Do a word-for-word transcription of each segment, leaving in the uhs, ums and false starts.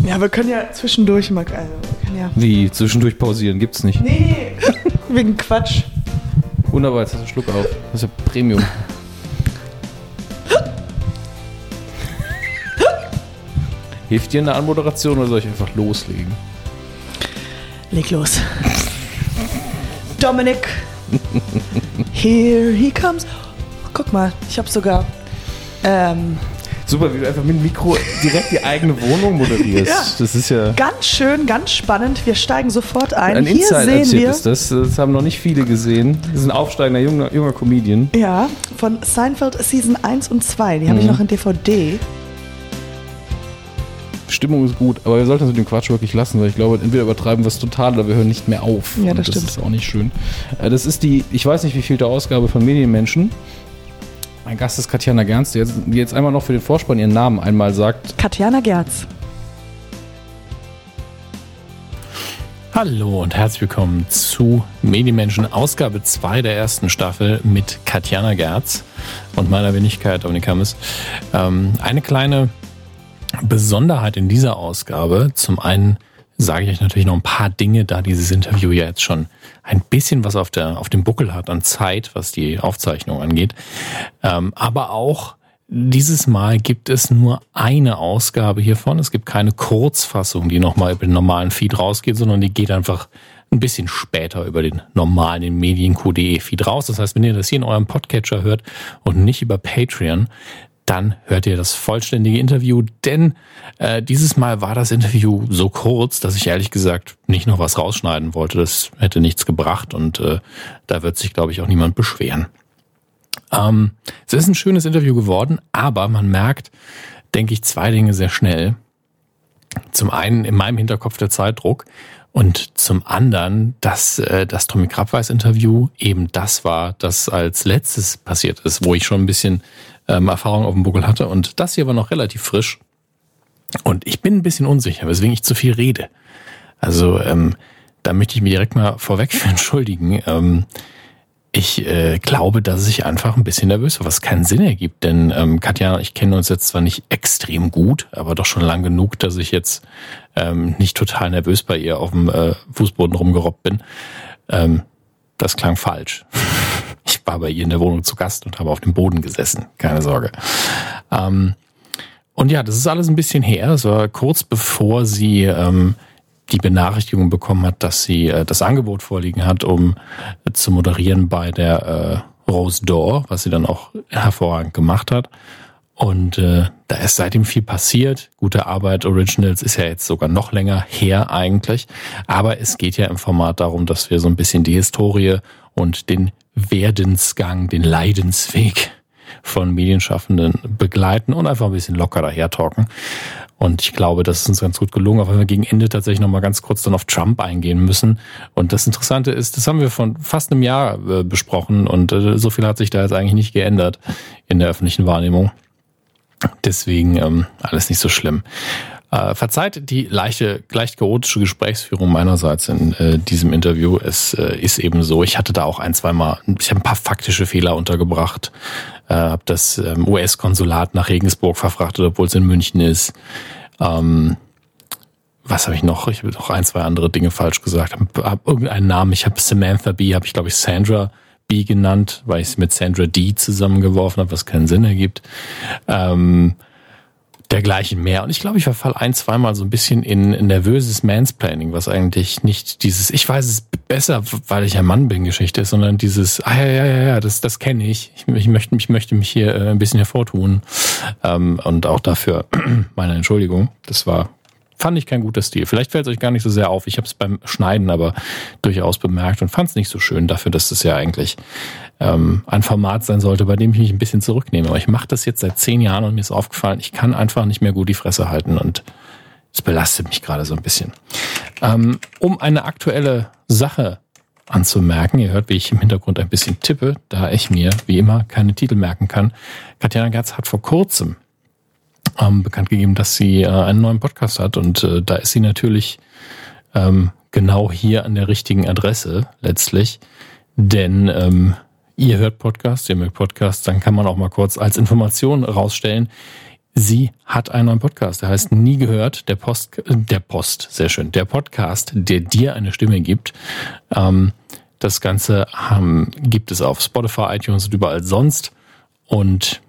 Ja, wir können ja zwischendurch mal... Also, ja. Wie? Zwischendurch pausieren? Gibt's nicht. Nee, nee. Wegen Quatsch. Wunderbar, jetzt hast du einen Schluck auf. Das ist ja Premium. Hilft dir eine Anmoderation oder soll ich einfach loslegen? Leg los. Dominik. Here he comes. Oh, guck mal, ich habe sogar... Ähm, Super, wie du einfach mit dem Mikro direkt die eigene Wohnung moderierst. Ja. Das ist ja... Ganz schön, ganz spannend. Wir steigen sofort ein. Ein Hier sehen Inside-Tipp wir, ist das. Das haben noch nicht viele gesehen. Das ist ein aufsteigender junger, junger Comedian. Ja, von Seinfeld Season eins und zwei. Die habe Mhm. ich noch in D V D. Stimmung ist gut, aber wir sollten das mit dem Quatsch wirklich lassen, weil ich glaube, entweder übertreiben wir es total oder wir hören nicht mehr auf. Ja, das Und das stimmt. ist auch nicht schön. Äh, Das ist die, ich weiß nicht, wie vielte Ausgabe von Medienmenschen. Mein Gast ist Katjana Gerz, die jetzt, die jetzt einmal noch für den Vorspann ihren Namen einmal sagt. Katjana Gerz. Hallo und herzlich willkommen zu Medienmenschen, Ausgabe zwei der ersten Staffel mit Katjana Gerz und meiner Wenigkeit, Dominik Hammes. Ähm, eine kleine Besonderheit in dieser Ausgabe. Zum einen sage ich euch natürlich noch ein paar Dinge, da dieses Interview ja jetzt schon ein bisschen was auf der auf dem Buckel hat an Zeit, was die Aufzeichnung angeht. Ähm, aber auch dieses Mal gibt es nur eine Ausgabe hiervon. Es gibt keine Kurzfassung, die nochmal über den normalen Feed rausgeht, sondern die geht einfach ein bisschen später über den normalen, den Medienq punkt de Feed raus. Das heißt, wenn ihr das hier in eurem Podcatcher hört und nicht über Patreon, dann hört ihr das vollständige Interview, denn äh, dieses Mal war das Interview so kurz, dass ich ehrlich gesagt nicht noch was rausschneiden wollte. Das hätte nichts gebracht und äh, da wird sich, glaube ich, auch niemand beschweren. Ähm, es ist ein schönes Interview geworden, aber man merkt, denke ich, zwei Dinge sehr schnell. Zum einen in meinem Hinterkopf der Zeitdruck und zum anderen, dass äh, das Tommy Krabweis-Interview eben das war, das als letztes passiert ist, wo ich schon ein bisschen ähm, Erfahrung auf dem Buckel hatte. Und das hier war noch relativ frisch. Und ich bin ein bisschen unsicher, weswegen ich zu viel rede. Also ähm, da möchte ich mich direkt mal vorweg für entschuldigen. Ähm, ich äh, glaube, dass ich einfach ein bisschen nervös war, was keinen Sinn ergibt. Denn ähm, Katjana und ich kennen uns jetzt zwar nicht extrem gut, aber doch schon lang genug, dass ich jetzt ähm, nicht total nervös bei ihr auf dem äh, Fußboden rumgerobbt bin. Ähm, das klang falsch. Ich war bei ihr in der Wohnung zu Gast und habe auf dem Boden gesessen. Keine Sorge. Ähm, und ja, das ist alles ein bisschen her. Es war kurz bevor sie ähm, die Benachrichtigung bekommen hat, dass sie äh, das Angebot vorliegen hat, um äh, zu moderieren bei der äh, Rose d'Or, was sie dann auch hervorragend gemacht hat. Und äh, da ist seitdem viel passiert. Gute Arbeit Originals ist ja jetzt sogar noch länger her eigentlich. Aber es geht ja im Format darum, dass wir so ein bisschen die Historie und den Werdensgang, den Leidensweg von Medienschaffenden begleiten und einfach ein bisschen locker daher talken. Und ich glaube, das ist uns ganz gut gelungen, auch wenn wir gegen Ende tatsächlich nochmal ganz kurz dann auf Trump eingehen müssen. Und das Interessante ist, das haben wir von fast einem Jahr äh, besprochen und äh, so viel hat sich da jetzt eigentlich nicht geändert in der öffentlichen Wahrnehmung. Deswegen ähm, alles nicht so schlimm. Äh, verzeiht die leichte, leicht chaotische Gesprächsführung meinerseits in äh, diesem Interview. Es äh, ist eben so, ich hatte da auch ein, zwei Mal, ich habe ein paar faktische Fehler untergebracht, äh, habe das ähm, U S-Konsulat nach Regensburg verfrachtet, obwohl es in München ist. Ähm, was habe ich noch? Ich habe noch ein, zwei andere Dinge falsch gesagt. Habe hab irgendeinen Namen, ich habe Samantha B, habe ich glaube ich Sandra B genannt, weil ich es mit Sandra D zusammengeworfen habe, was keinen Sinn ergibt. Ähm, dergleichen mehr. Und ich glaube, ich verfall ein, zweimal so ein bisschen in, in nervöses Mansplaining, was eigentlich nicht dieses, ich weiß es besser, weil ich ein Mann bin, Geschichte ist, sondern dieses, ah ja, ja, ja, ja, das, das kenne ich. ich. Ich möchte, ich möchte mich hier äh, ein bisschen hervortun. Ähm, und auch dafür meine Entschuldigung. Das war, fand ich kein guter Stil. Vielleicht fällt es euch gar nicht so sehr auf. Ich habe es beim Schneiden aber durchaus bemerkt und fand es nicht so schön dafür, dass das ja eigentlich ähm, ein Format sein sollte, bei dem ich mich ein bisschen zurücknehme. Aber ich mache das jetzt seit zehn Jahren und mir ist aufgefallen, ich kann einfach nicht mehr gut die Fresse halten und es belastet mich gerade so ein bisschen. Ähm, um eine aktuelle Sache anzumerken, ihr hört, wie ich im Hintergrund ein bisschen tippe, da ich mir, wie immer, keine Titel merken kann. Katjana Gerz hat vor kurzem ähm, bekannt gegeben, dass sie äh, einen neuen Podcast hat und äh, da ist sie natürlich ähm, genau hier an der richtigen Adresse letztlich, denn ähm, ihr hört Podcasts, ihr mögt Podcasts, dann kann man auch mal kurz als Information rausstellen. Sie hat einen neuen Podcast, der heißt Nie gehört, der Post, äh, der Post, sehr schön, der Podcast, der dir eine Stimme gibt. Ähm, das Ganze ähm, gibt es auf Spotify, iTunes und überall sonst. Und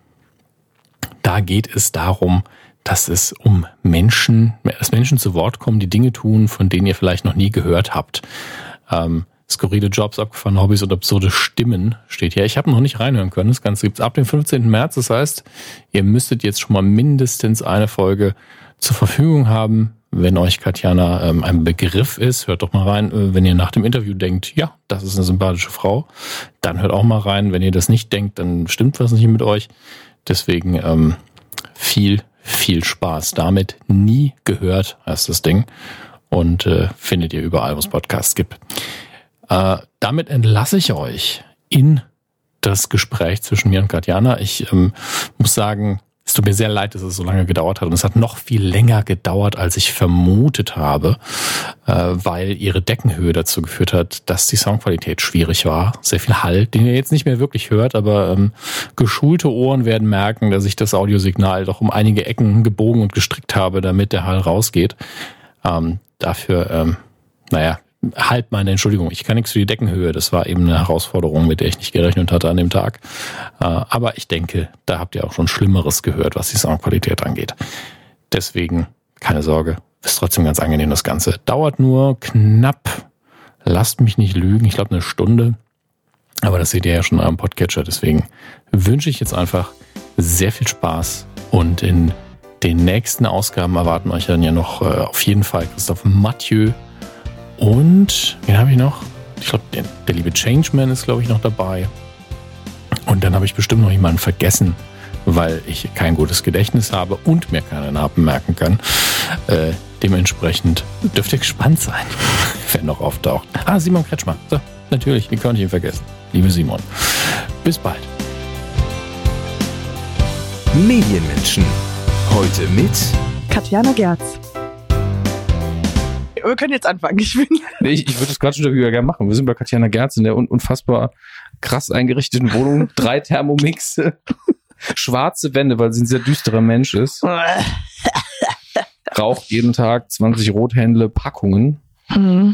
da geht es darum, dass es um Menschen, dass Menschen zu Wort kommen, die Dinge tun, von denen ihr vielleicht noch nie gehört habt. Ähm, Skurrile Jobs, abgefahrene Hobbys und absurde Stimmen steht hier. Ich habe noch nicht reinhören können. Das Ganze gibt's ab dem fünfzehnten März. Das heißt, ihr müsstet jetzt schon mal mindestens eine Folge zur Verfügung haben. Wenn euch Katjana ähm, ein Begriff ist, hört doch mal rein. Äh, wenn ihr nach dem Interview denkt, ja, das ist eine sympathische Frau, dann hört auch mal rein. Wenn ihr das nicht denkt, dann stimmt was nicht mit euch. Deswegen ähm, viel, viel Spaß damit. Nie gehört heißt das Ding. Und äh, findet ihr überall, wo es Podcasts gibt. Äh, damit entlasse ich euch in das Gespräch zwischen mir und Katjana. Ich ähm, muss sagen, es tut mir sehr leid, dass es so lange gedauert hat. Und es hat noch viel länger gedauert, als ich vermutet habe, äh, weil ihre Deckenhöhe dazu geführt hat, dass die Soundqualität schwierig war. Sehr viel Hall, den ihr jetzt nicht mehr wirklich hört, aber ähm, geschulte Ohren werden merken, dass ich das Audiosignal doch um einige Ecken gebogen und gestrickt habe, damit der Hall rausgeht. Ähm, dafür, ähm, naja, halt meine Entschuldigung, ich kann nichts für die Deckenhöhe. Das war eben eine Herausforderung, mit der ich nicht gerechnet hatte an dem Tag. Aber ich denke, da habt ihr auch schon Schlimmeres gehört, was die Soundqualität angeht. Deswegen, keine Sorge, ist trotzdem ganz angenehm das Ganze. Dauert nur knapp, lasst mich nicht lügen, ich glaube eine Stunde. Aber das seht ihr ja schon in eurem Podcatcher. Deswegen wünsche ich jetzt einfach sehr viel Spaß. Und in den nächsten Ausgaben erwarten euch dann ja noch auf jeden Fall Christoph Mathieu. Und, wen habe ich noch? Ich glaube, der, der liebe Changeman ist, glaube ich, noch dabei. Und dann habe ich bestimmt noch jemanden vergessen, weil ich kein gutes Gedächtnis habe und mir keine Namen merken kann. Äh, dementsprechend dürft ihr gespannt sein, wer noch auftaucht. Ah, Simon Kretschmer. So, natürlich, wie konnte ich ihn vergessen? Liebe Simon, bis bald. Medienmenschen. Heute mit Katjana Gerz. Wir können jetzt anfangen. Ich, bin nee, ich, ich würde das Quatschinterview ja gerne machen. Wir sind bei Katjana Gerz in der un- unfassbar krass eingerichteten Wohnung. Drei Thermomixe, schwarze Wände, weil sie ein sehr düsterer Mensch ist. Raucht jeden Tag zwanzig Rothändle Packungen. Mhm.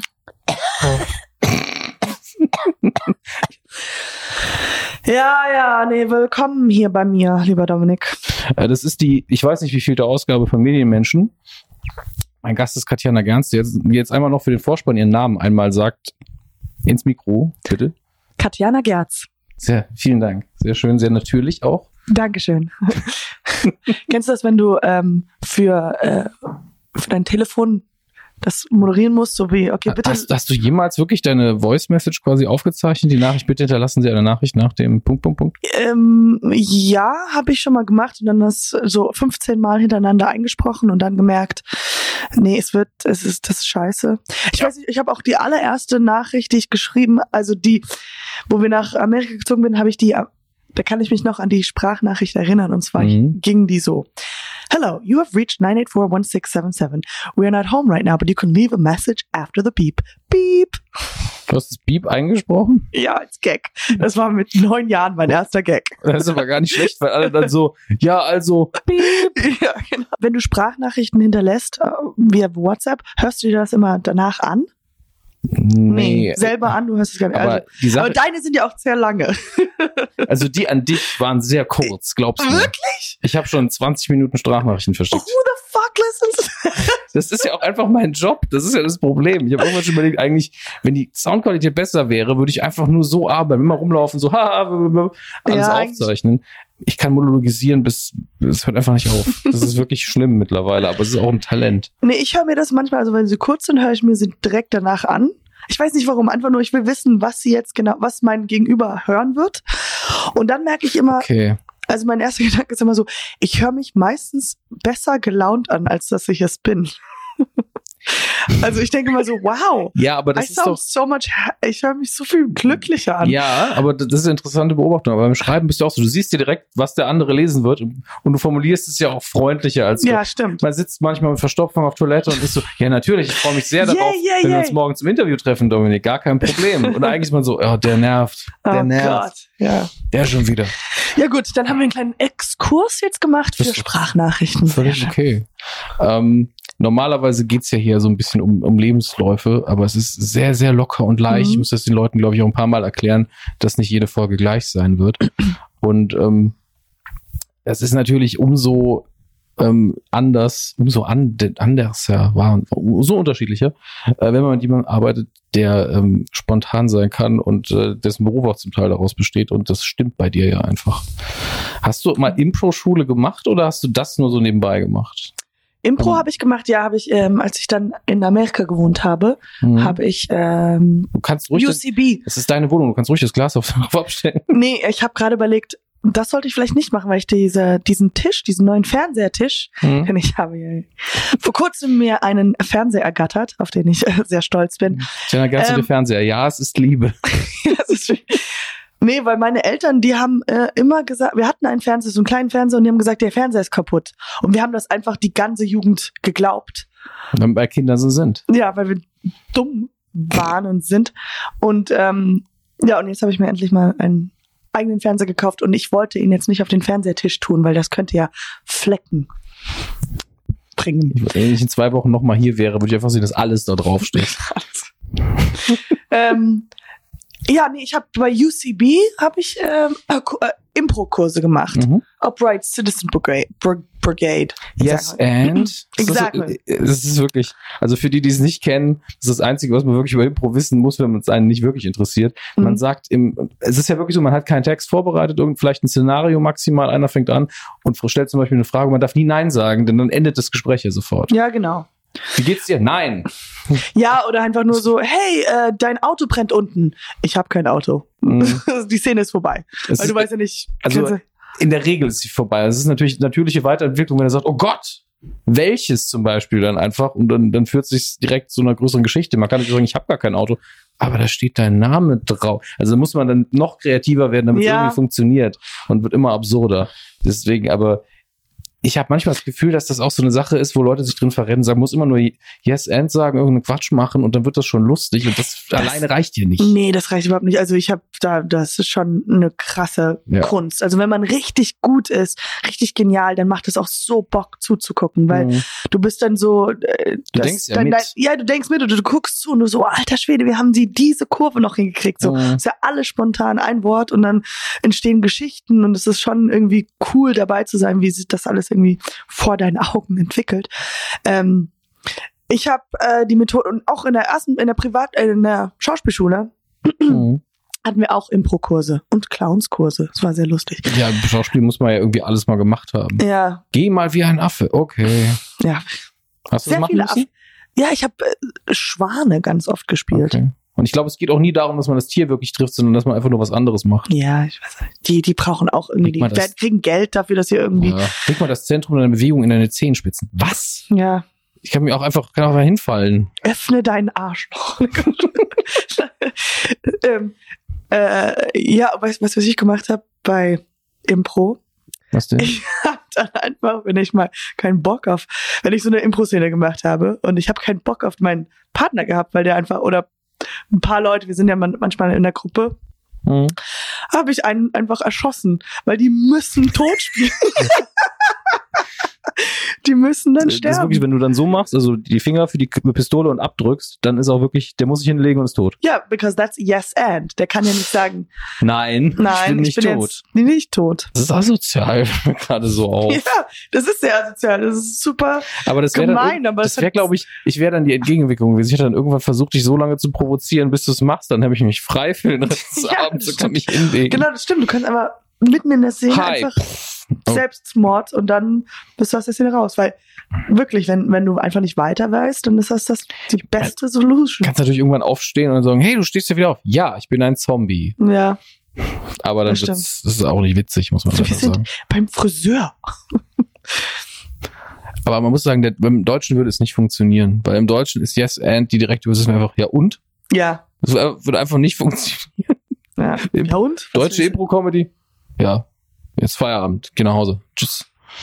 Ja, ja, nee, willkommen hier bei mir, lieber Dominik. Das ist die, ich weiß nicht, wie vielte Ausgabe von Medienmenschen. Mein Gast ist Katjana Gerz, die jetzt, jetzt einmal noch für den Vorspann ihren Namen einmal sagt. Ins Mikro, bitte. Katjana Gerz. Sehr, vielen Dank. Sehr schön, sehr natürlich auch. Dankeschön. Kennst du das, wenn du ähm, für, äh, für dein Telefon das moderieren musst, so wie, okay, bitte. Hast, hast du jemals wirklich deine Voice-Message quasi aufgezeichnet? Die Nachricht, bitte hinterlassen Sie eine Nachricht nach dem Punkt, Punkt, Punkt? Ähm, ja, habe ich schon mal gemacht und dann das so fünfzehn Mal hintereinander eingesprochen und dann gemerkt, nee, es wird, es ist, das ist scheiße. Ich weiß nicht, ich habe auch die allererste Nachricht, die ich geschrieben, also die, wo wir nach Amerika gezogen sind, habe ich die, da kann ich mich noch an die Sprachnachricht erinnern und zwar mhm. ging die so. Hello, you have reached nine eight four one six seven seven. We are not home right now, but you can leave a message after the beep. Beep. Du hast das Beep eingesprochen? Ja, als Gag. Das war mit neun Jahren mein erster Gag. Das ist aber gar nicht schlecht, weil alle dann so, ja, also, Beep. Ja, genau. Wenn du Sprachnachrichten hinterlässt äh, via WhatsApp, hörst du dir das immer danach an? Nee. Selber an, du hörst es gar nicht. Aber, also, die Sache, aber deine sind ja auch sehr lange. Also die an dich waren sehr kurz, glaubst du? Wirklich? Ich habe schon zwanzig Minuten Sprachnachrichten verschickt. Who the fuck listens? Das ist ja auch einfach mein Job. Das ist ja das Problem. Ich habe irgendwann schon überlegt, eigentlich, wenn die Soundqualität besser wäre, würde ich einfach nur so arbeiten, immer rumlaufen, so haha, alles Ja, aufzeichnen. Ich kann monologisieren, bis es hört einfach nicht auf. Das ist wirklich schlimm mittlerweile, aber es ist auch ein Talent. Nee, ich höre mir das manchmal, also wenn sie kurz sind, höre ich mir sie direkt danach an. Ich weiß nicht warum, einfach nur, ich will wissen, was sie jetzt genau, was mein Gegenüber hören wird. Und dann merke ich immer, Okay. also mein erster Gedanke ist immer so, ich höre mich meistens besser gelaunt an, als dass ich es bin. Also ich denke mal so, wow. Ja, aber das I ist sound doch... so much, ich höre mich so viel glücklicher an. Ja, aber das ist eine interessante Beobachtung. Aber beim Schreiben bist du auch so, du siehst dir direkt, was der andere lesen wird und, und du formulierst es ja auch freundlicher als du. Ja, stimmt. Man sitzt manchmal mit Verstopfung auf Toilette und ist so, ja natürlich, ich freue mich sehr darauf, Yeah, yeah, wenn wir yeah. uns morgen zum Interview treffen, Dominik, gar kein Problem. Und eigentlich ist man so, oh, der nervt, der Oh nervt, Gott, ja. der schon wieder. Ja gut, dann haben wir einen kleinen Exkurs jetzt gemacht für Das ist Sprachnachrichten. Völlig okay. Ähm, normalerweise geht's ja hier so ein bisschen um, um Lebensläufe, aber es ist sehr, sehr locker und leicht. Mhm. Ich muss das den Leuten, glaube ich, auch ein paar Mal erklären, dass nicht jede Folge gleich sein wird. Und ähm, es ist natürlich umso ähm, anders, umso an, anders, ja, war, so unterschiedlicher, äh, wenn man mit jemandem arbeitet, der ähm, spontan sein kann und äh, dessen Beruf auch zum Teil daraus besteht, und das stimmt bei dir ja einfach. Hast du mal Impro-Schule gemacht oder hast du das nur so nebenbei gemacht? Impro Mhm. habe ich gemacht, ja, habe ich, ähm, als ich dann in Amerika gewohnt habe, Mhm. habe ich ähm, Du kannst ruhig, U das, C B. das ist deine Wohnung, du kannst ruhig das Glas auf, auf abstellen. Nee, ich habe gerade überlegt, das sollte ich vielleicht nicht machen, weil ich diese, diesen Tisch, diesen neuen Fernsehertisch, Mhm. denn ich habe ja vor kurzem mir einen Fernseher ergattert, auf den ich äh, sehr stolz bin. Tjana, ganz Ähm, der Fernseher. Ja, es ist Liebe. Das ist schön. Nee, weil meine Eltern, die haben äh, immer gesagt, wir hatten einen Fernseher, so einen kleinen Fernseher, und die haben gesagt, der Fernseher ist kaputt. Und wir haben das einfach die ganze Jugend geglaubt. Wenn wir bei Kindern so sind. Ja, weil wir dumm waren und sind. Und ähm, ja, und jetzt habe ich mir endlich mal einen eigenen Fernseher gekauft, und ich wollte ihn jetzt nicht auf den Fernsehertisch tun, weil das könnte ja Flecken bringen. Ich, wenn ich in zwei Wochen nochmal hier wäre, würde ich einfach sehen, dass alles da drauf steht. ähm, ja, nee, ich habe bei U C B habe ich ähm, äh, Ku- äh, Impro-Kurse gemacht. Mhm. Upright Citizen Brigade. Br- Brigade. Yes, Sag mal. and? Exactly. Das ist, das ist wirklich, also für die, die es nicht kennen, das ist das Einzige, was man wirklich über Impro wissen muss, wenn man es einen nicht wirklich interessiert. Man Mhm. sagt im, es ist ja wirklich so, man hat keinen Text vorbereitet, irgend vielleicht ein Szenario maximal, einer fängt an und stellt zum Beispiel eine Frage, man darf nie Nein sagen, denn dann endet das Gespräch ja sofort. Ja, genau. Wie geht's dir? Nein. Ja, oder einfach nur so, hey, äh, dein Auto brennt unten. Ich habe kein Auto. Mhm. Die Szene ist vorbei. Es Weil ist- du weißt ja nicht. also- kennst In der Regel ist sie vorbei. Es ist natürlich natürliche Weiterentwicklung, wenn er sagt, oh Gott, welches zum Beispiel dann einfach, und dann, dann führt sich direkt zu einer größeren Geschichte. Man kann nicht sagen, ich habe gar kein Auto, aber da steht dein Name drauf. Also da muss man dann noch kreativer werden, damit es Ja. irgendwie funktioniert, und wird immer absurder. Deswegen, aber ich habe manchmal das Gefühl, dass das auch so eine Sache ist, wo Leute sich drin verrennen, sagen, muss immer nur Yes and sagen, irgendeinen Quatsch machen, und dann wird das schon lustig, und das, Das- alleine reicht hier nicht. Nee, das reicht überhaupt nicht. Also ich habe da, das ist schon eine krasse Ja. Kunst. Also wenn man richtig gut ist, richtig genial, dann macht es auch so Bock zuzugucken, weil Mhm. du bist dann so, äh, Du das- denkst ja dein, mit. Dein, ja, du denkst mit, und du guckst zu, und du so, alter Schwede, wie haben sie diese Kurve noch hingekriegt? So, Mhm. ist ja alles spontan ein Wort, und dann entstehen Geschichten, und es ist schon irgendwie cool dabei zu sein, wie sich das alles irgendwie vor deinen Augen entwickelt. Ähm, ich habe äh, die Methode, und auch in der ersten, in der Privat, äh, in der Schauspielschule Mhm. hatten wir auch Impro-Kurse und Clowns-Kurse. Das war sehr lustig. Ja, im Schauspiel muss man ja irgendwie alles mal gemacht haben. Ja, Geh mal wie ein Affe. Okay. ja. Hast du das Sehr machen viele müssen? Affen. Ja, ich habe äh, Schwane ganz oft gespielt. Okay. Und ich glaube, es geht auch nie darum, dass man das Tier wirklich trifft, sondern dass man einfach nur was anderes macht. Ja, ich weiß nicht. Die, die brauchen auch irgendwie, die Guck mal, das- werden- kriegen Geld dafür, dass sie irgendwie, Ja. Leg mal das Zentrum deiner Bewegung in deine Zehenspitzen. Was? ja, Ich kann mir auch einfach, kann auch mal hinfallen. öffne deinen Arschloch. ähm, äh, ja, weißt du, was ich gemacht habe bei Impro? Was denn? Ich hab dann einfach, wenn ich mal keinen Bock auf, wenn ich so eine Impro-Szene gemacht habe und ich habe keinen Bock auf meinen Partner gehabt, weil der einfach, oder ein paar Leute, wir sind ja man, manchmal in der Gruppe, Hm. habe ich einen einfach erschossen, weil die müssen tot spielen. Die müssen dann Das ist wirklich, sterben. wenn du dann so machst, also die Finger für die K- Pistole und abdrückst, dann ist auch wirklich, der muss sich hinlegen und ist tot. Ja, because that's yes and. Der kann ja nicht sagen, Nein, nein, ich bin nicht tot. jetzt nee, nicht tot. Das ist asozial, fällt mir gerade so auf. Ja, das ist sehr asozial. Das ist super. Aber das wäre Gemein, dann, aber das es wäre, hat- glaube ich, ich wäre dann die Entgegenwirkung gewesen. Ich hätte dann irgendwann versucht, dich so lange zu provozieren, bis du es machst. Dann habe ich mich frei für den Rest des Ja, Abends das und kann mich hinlegen. Genau, das stimmt. Du kannst einfach mitten in der Szene Hi. einfach Oh. Selbstmord, und dann bist du aus der Szene raus. Weil wirklich, wenn, wenn du einfach nicht weiter weißt, dann ist das, das die beste Solution. Kannst natürlich irgendwann aufstehen und dann sagen, hey, du stehst ja wieder auf. Ja, ich bin ein Zombie. Ja, Aber dann Das wird's, das ist auch nicht witzig, muss man wir einfach sind sagen. beim Friseur. Aber man muss sagen, der, beim Deutschen würde es nicht funktionieren, weil im Deutschen ist Yes and die direkte Übersetzung einfach ja und? Ja. Das würde einfach nicht funktionieren. Ja, ja und? Was Deutsche Impro-Comedy? Ja. Jetzt Feierabend. Geh nach Hause. Tschüss.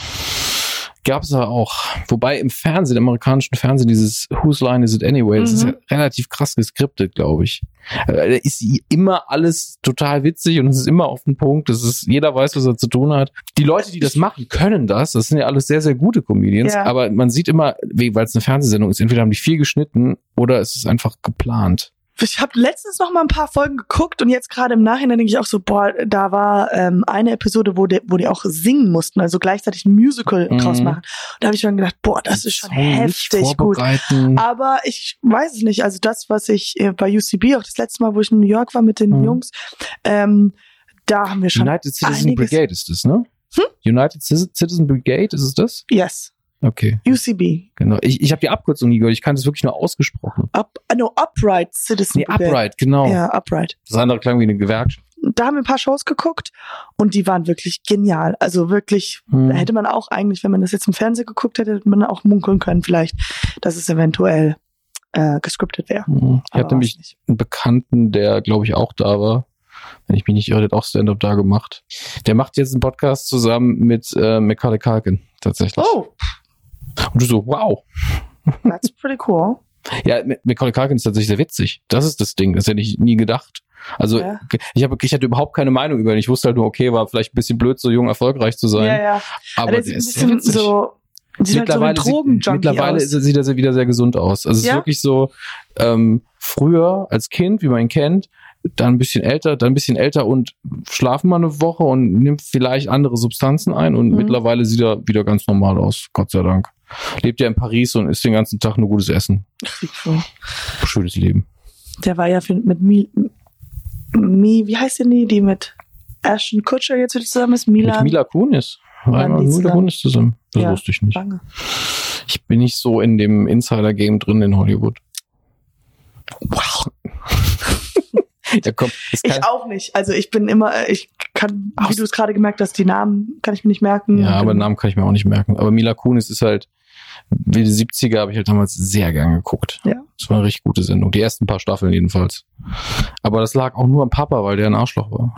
Gab es aber auch. Wobei im Fernsehen, im amerikanischen Fernsehen, dieses Whose Line Is It Anyway, das Mhm. ist ja relativ krass geskriptet, glaube ich. Äh, Da ist immer alles total witzig und es ist immer auf den Punkt. Das ist, jeder weiß, was er zu tun hat. Die Leute, die das machen, können das. Das sind ja alles sehr, sehr gute Comedians. Ja. Aber man sieht immer, weil es eine Fernsehsendung ist, entweder haben die viel geschnitten oder es ist einfach geplant. Ich habe letztens noch mal ein paar Folgen geguckt und jetzt gerade im Nachhinein denke ich auch so, boah, da war ähm, eine Episode, wo die, wo die auch singen mussten, also gleichzeitig ein Musical Mhm. draus machen. Und da habe ich dann gedacht, boah, das ist schon So nicht heftig gut. vorbereiten. Aber ich weiß es nicht. Also das, was ich äh, bei U C B, auch das letzte Mal, wo ich in New York war mit den Mhm. Jungs, ähm, da haben wir schon United Citizen einiges- Brigade ist das, ne? Hm? United Citizen Brigade, ist es das? Yes, Okay, U C B. genau. Ich, ich habe die Abkürzung nie gehört, ich kann das wirklich nur ausgesprochen. Up, äh, no, Upright Citizen Nee, Brigade. Upright, genau. Ja, Upright. Das andere klang wie eine Gewerkschaft. Da haben wir ein paar Shows geguckt und die waren wirklich genial. Also wirklich, Hm. da hätte man auch eigentlich, wenn man das jetzt im Fernsehen geguckt hätte, hätte man auch munkeln können vielleicht, dass es eventuell äh, gescriptet wäre. Hm. Ich Aber habe nämlich war's nicht. einen Bekannten, der, glaube ich, auch da war. Wenn ich mich nicht irre, der hat auch Stand-Up da gemacht. Der macht jetzt einen Podcast zusammen mit äh, Macaulay Culkin, tatsächlich. Oh, Und du so, wow. that's pretty cool. Ja, Macaulay Culkin ist tatsächlich sehr witzig. Das ist das Ding. Das hätte ich nie gedacht. Also Ja. ich habe, ich hatte überhaupt keine Meinung über ihn. Ich wusste halt nur, okay, war vielleicht ein bisschen blöd, so jung erfolgreich zu sein. Ja, ja. Aber der der sieht ein ist sehr bisschen witzig. so, sieht halt so ein Mittlerweile, sieht, Drogenjunkie mittlerweile aus. ist, er- sieht er wieder sehr gesund aus. Also es Ja? ist wirklich so, ähm, früher als Kind, wie man ihn kennt, dann ein bisschen älter, dann ein bisschen älter und schlafen mal eine Woche und nimmt vielleicht andere Substanzen ein und Mhm. mittlerweile sieht er wieder ganz normal aus, Gott sei Dank. Lebt ja in Paris und isst den ganzen Tag nur gutes Essen. Ach, wie cool. Schönes Leben. Der war ja für, mit Mi, Mi, wie heißt denn die, die mit Ashton Kutcher jetzt wieder zusammen ist? Milan? Mit Mila Kunis. War Waren immer die Mila zusammen? Kunis zusammen. Das Ja. wusste ich nicht. Lange. Ich bin nicht so in dem Insider-Game drin in Hollywood. Wow. Ja, komm, es kann, Ich auch nicht. Also ich bin immer, ich kann, wie Aus- du es gerade gemerkt hast, die Namen kann ich mir nicht merken. ja, aber Namen kann ich mir auch nicht merken. Aber Mila Kunis ist halt, wie die siebziger habe ich halt damals sehr gern geguckt. Ja. Das war eine richtig gute Sendung. Die ersten paar Staffeln jedenfalls. Aber das lag auch nur am Papa, weil der ein Arschloch war.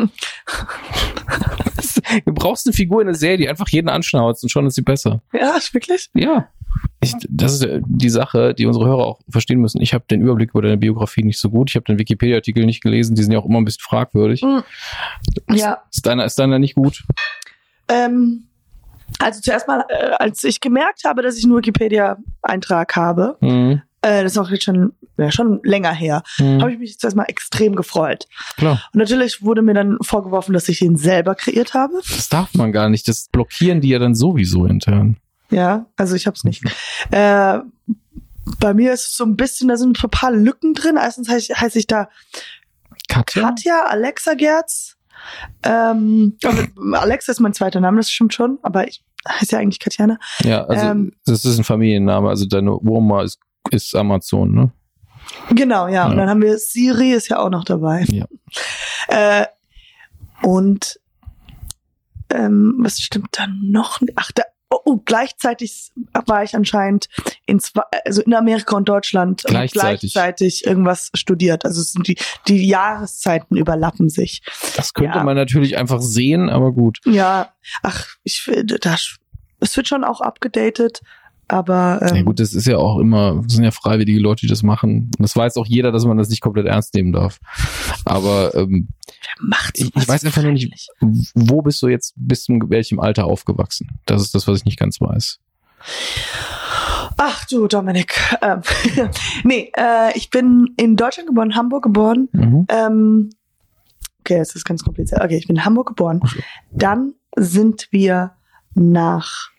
Du brauchst eine Figur in der Serie, die einfach jeden anschnauzt und schon ist sie besser. Ja, wirklich? Ja. Ich, das ist die Sache, die unsere Hörer auch verstehen müssen. Ich habe den Überblick über deine Biografie nicht so gut. Ich habe den Wikipedia-Artikel nicht gelesen. Die sind ja auch immer ein bisschen fragwürdig. Mhm. Ja. Ist deiner, ist deiner nicht gut? Ähm, also zuerst mal, äh, als ich gemerkt habe, dass ich einen Wikipedia-Eintrag habe, Mhm. äh, das ist auch jetzt schon, ja, schon länger her, Mhm. habe ich mich zuerst mal extrem gefreut. Klar. Und natürlich wurde mir dann vorgeworfen, dass ich ihn selber kreiert habe. Das darf man gar nicht. Das blockieren die ja dann sowieso intern. Ja, also ich habe es nicht. Äh, bei mir ist es so ein bisschen, da sind ein paar Lücken drin. Erstens heiße ich, heiß ich da Katja? Katja, Alexa Gerz. Ähm, also Alexa ist mein zweiter Name, das stimmt schon, aber ich heiße ja eigentlich Katjana. Ja, also Ähm, das ist ein Familienname. Also deine Oma ist, ist Amazon, ne? Genau, ja. Und Ja. dann haben wir Siri, ist ja auch noch dabei. Ja. Äh, und ähm, was stimmt da noch? Ach, da, oh, oh, gleichzeitig war ich anscheinend in zwei, also in Amerika und Deutschland und Gleichzeitig. gleichzeitig irgendwas studiert. Also es sind die, die Jahreszeiten überlappen sich. Das könnte Ja. man natürlich einfach sehen, aber gut. Ja, ach, ich finde, das, es wird schon auch abgedatet, aber ähm, Ja gut, das ist ja auch immer, das sind ja freiwillige Leute, die das machen. Und das weiß auch jeder, dass man das nicht komplett ernst nehmen darf. Aber ähm, wer macht ich, sowas ich weiß einfach nur nicht, freiwillig? wo bist du jetzt, bis zu welchem Alter aufgewachsen? Das ist das, was ich nicht ganz weiß. Ach du, Dominik. Ähm, nee, äh, ich bin in Deutschland geboren, Hamburg geboren. Mhm. Ähm, okay, das ist ganz kompliziert. Okay, ich bin in Hamburg geboren. Dann sind wir nach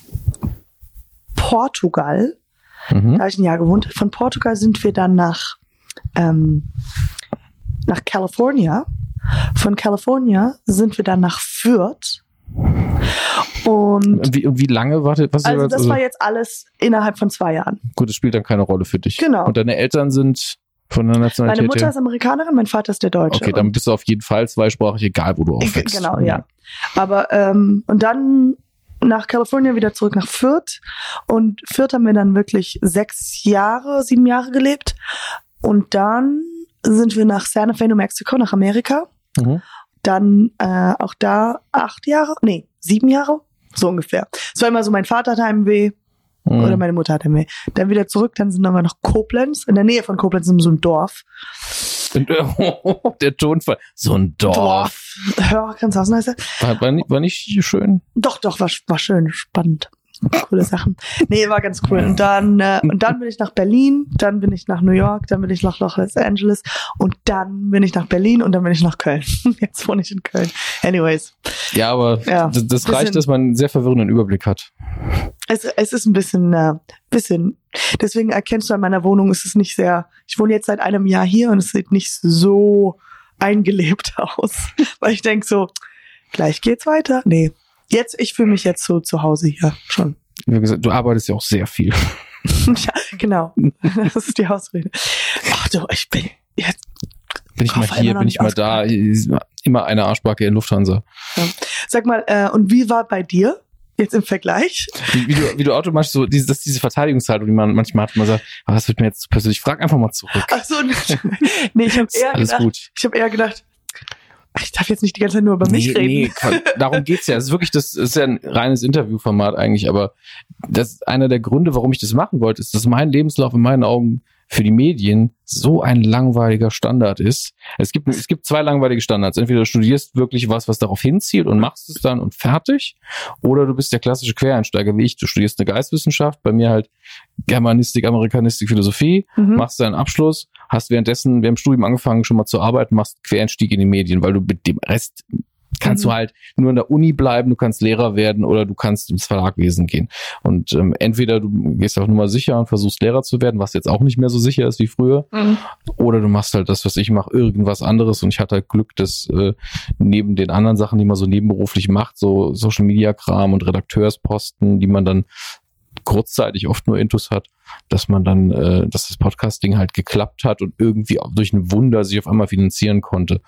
Portugal. Mhm. Da habe ich ein Jahr gewohnt. Von Portugal sind wir dann nach, ähm, nach California. Von California sind wir dann nach Fürth. Und Und wie, und wie lange wartet, was also jetzt, das war jetzt alles innerhalb von zwei Jahren. gut, das spielt dann keine Rolle für dich. Genau. Und deine Eltern sind von der Nationalität Meine Mutter her? ist Amerikanerin, mein Vater ist der Deutsche. Okay, dann bist du auf jeden Fall zweisprachig, egal wo du Und- aufwächst. Genau, ja. Aber, ähm, und dann nach Kalifornien wieder zurück nach Fürth. Und Fürth haben wir dann wirklich sechs Jahre, sieben Jahre gelebt. Und dann sind wir nach Santa Fe, New Mexico, nach Amerika. Mhm. Dann äh, auch da acht Jahre, nee, sieben Jahre, so ungefähr. Es war immer so, mein Vater hat Heimweh Mhm. oder meine Mutter hat Heimweh. Dann wieder zurück, dann sind wir nach Koblenz, in der Nähe von Koblenz, in so einem Dorf. Und, oh, der Tonfall. So ein Dorf. Ja, kannst du ausneißen? War, war, nicht, war nicht schön. Doch, doch, war, war schön, spannend. Coole Sachen. Nee, war ganz cool. Und dann, äh, und dann bin ich nach Berlin, dann bin ich nach New York, dann bin ich nach Los Angeles und dann bin ich nach Berlin und dann bin ich nach Köln. Jetzt wohne ich in Köln. Anyways. Ja, aber Ja, das, das bisschen- reicht, dass man einen sehr verwirrenden Überblick hat. Es, es ist ein bisschen, äh, bisschen, deswegen erkennst du an meiner Wohnung, es ist nicht sehr, ich wohne jetzt seit einem Jahr hier und es sieht nicht so eingelebt aus. Weil ich denke so, gleich geht's weiter. Nee. Jetzt, ich fühle mich jetzt so zu Hause hier schon. Wie gesagt, du arbeitest ja auch sehr viel. Ja, genau. Das ist die Ausrede. Ach du, ich bin jetzt. Bin ich mal Koffer hier, immer noch bin ich nicht mal da. Immer eine Arschbacke in Lufthansa. Sag mal, äh, und wie war bei dir jetzt im Vergleich? Wie, wie, du, wie du automatisch so, diese, das ist diese Verteidigungshaltung, die man manchmal hat, man sagt, aber das wird mir jetzt zu persönlich. Frag einfach mal zurück. Ach so, nee, ich habe Ist eher alles gedacht, gut. ich habe eher gedacht, ich darf jetzt nicht die ganze Zeit nur über mich nee, reden. Nee, Quatsch. Darum geht's ja. Es ist wirklich, das ist ja ein reines Interviewformat eigentlich, aber das ist einer der Gründe, warum ich das machen wollte, ist, dass mein Lebenslauf in meinen Augen für die Medien so ein langweiliger Standard ist. Es gibt, es gibt zwei langweilige Standards. Entweder du studierst wirklich was, was darauf hinzielt und machst es dann und fertig, oder du bist der klassische Quereinsteiger wie ich. Du studierst eine Geistwissenschaft, bei mir halt Germanistik, Amerikanistik, Philosophie, Mhm. machst deinen Abschluss, hast währenddessen während dem Studium angefangen schon mal zu arbeiten, machst Quereinstieg in die Medien, weil du mit dem Rest kannst Mhm. du halt nur in der Uni bleiben, du kannst Lehrer werden oder du kannst ins Verlagwesen gehen. Und ähm, entweder du gehst auf Nummer sicher und versuchst Lehrer zu werden, was jetzt auch nicht mehr so sicher ist wie früher, Mhm. oder du machst halt das, was ich mache, irgendwas anderes. Und ich hatte halt Glück, dass äh, neben den anderen Sachen, die man so nebenberuflich macht, so Social Media Kram und Redakteursposten, die man dann kurzzeitig oft nur Intus hat, dass man dann, äh, dass das Podcasting halt geklappt hat und irgendwie auch durch ein Wunder sich auf einmal finanzieren konnte.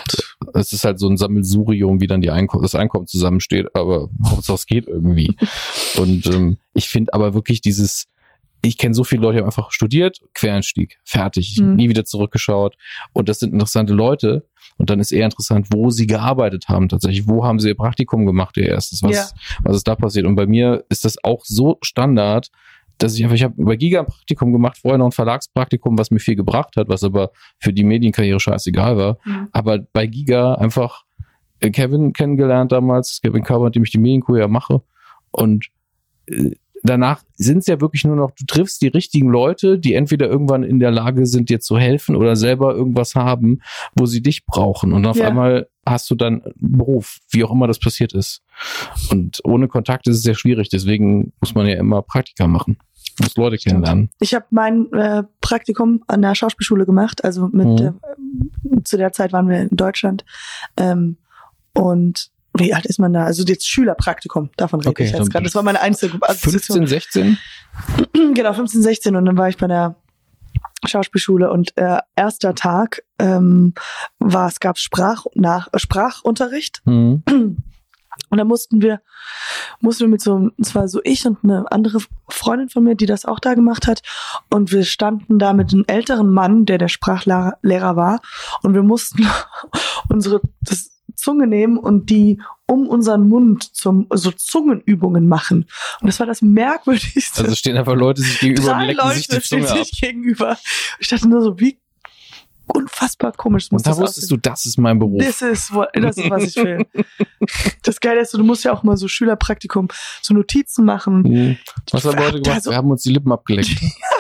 Es ist halt so ein Sammelsurium, wie dann die Einko- das Einkommen zusammensteht, aber Hauptsache es geht irgendwie. Und ähm, ich finde aber wirklich dieses, ich kenne so viele Leute, die haben einfach studiert, Quereinstieg, fertig, Mhm. nie wieder zurückgeschaut. Und das sind interessante Leute. Und dann ist eher interessant, wo sie gearbeitet haben tatsächlich. Wo haben sie ihr Praktikum gemacht, ihr erstes? Was, Ja. was ist da passiert? Und bei mir ist das auch so Standard, dass ich einfach, ich habe bei Giga ein Praktikum gemacht, vorher noch ein Verlagspraktikum, was mir viel gebracht hat, was aber für die Medienkarriere scheißegal war. Mhm. Aber bei Giga einfach äh, Kevin kennengelernt damals, Kevin Kauber, mit dem ich die Medienkuh ja mache. Und äh, danach sind es ja wirklich nur noch, du triffst die richtigen Leute, die entweder irgendwann in der Lage sind, dir zu helfen oder selber irgendwas haben, wo sie dich brauchen. Und auf Ja. einmal hast du dann einen Beruf, wie auch immer das passiert ist. Und ohne Kontakt ist es sehr schwierig. Deswegen muss man ja immer Praktika machen. Du musst Leute kennenlernen. Ich habe mein äh, Praktikum an der Schauspielschule gemacht, also mit Mhm. äh, zu der Zeit waren wir in Deutschland. Ähm, und wie alt ist man da? Also jetzt Schülerpraktikum, davon rede Okay, ich dann jetzt gerade. Das war meine einzige fünfzehn, sechzehn? Genau, fünfzehn, sechzehn und dann war ich bei der Schauspielschule und äh, erster Tag ähm, war, es gab Sprach, nach, Sprachunterricht. Mhm. Und da mussten wir, mussten wir mit so, es war so ich und eine andere Freundin von mir, die das auch da gemacht hat. Und wir standen da mit einem älteren Mann, der der Sprachlehrer Lehrer war. Und wir mussten unsere das Zunge nehmen und die um unseren Mund zum, so Zungenübungen machen. Und das war das Merkwürdigste. Also stehen einfach Leute sich gegenüber und Drei lecken sich die Leute stehen Zunge ab. sich gegenüber. Ich dachte nur so, wie unfassbar komisch muss Und da das wusstest aussehen. du, das ist mein Beruf. Das ist, wo- das ist, was ich will. Das Geile ist, so, du musst ja auch mal so Schülerpraktikum, so Notizen machen. Mhm. Was haben Ich Leute hab da gemacht? so- Wir haben uns die Lippen abgeleckt.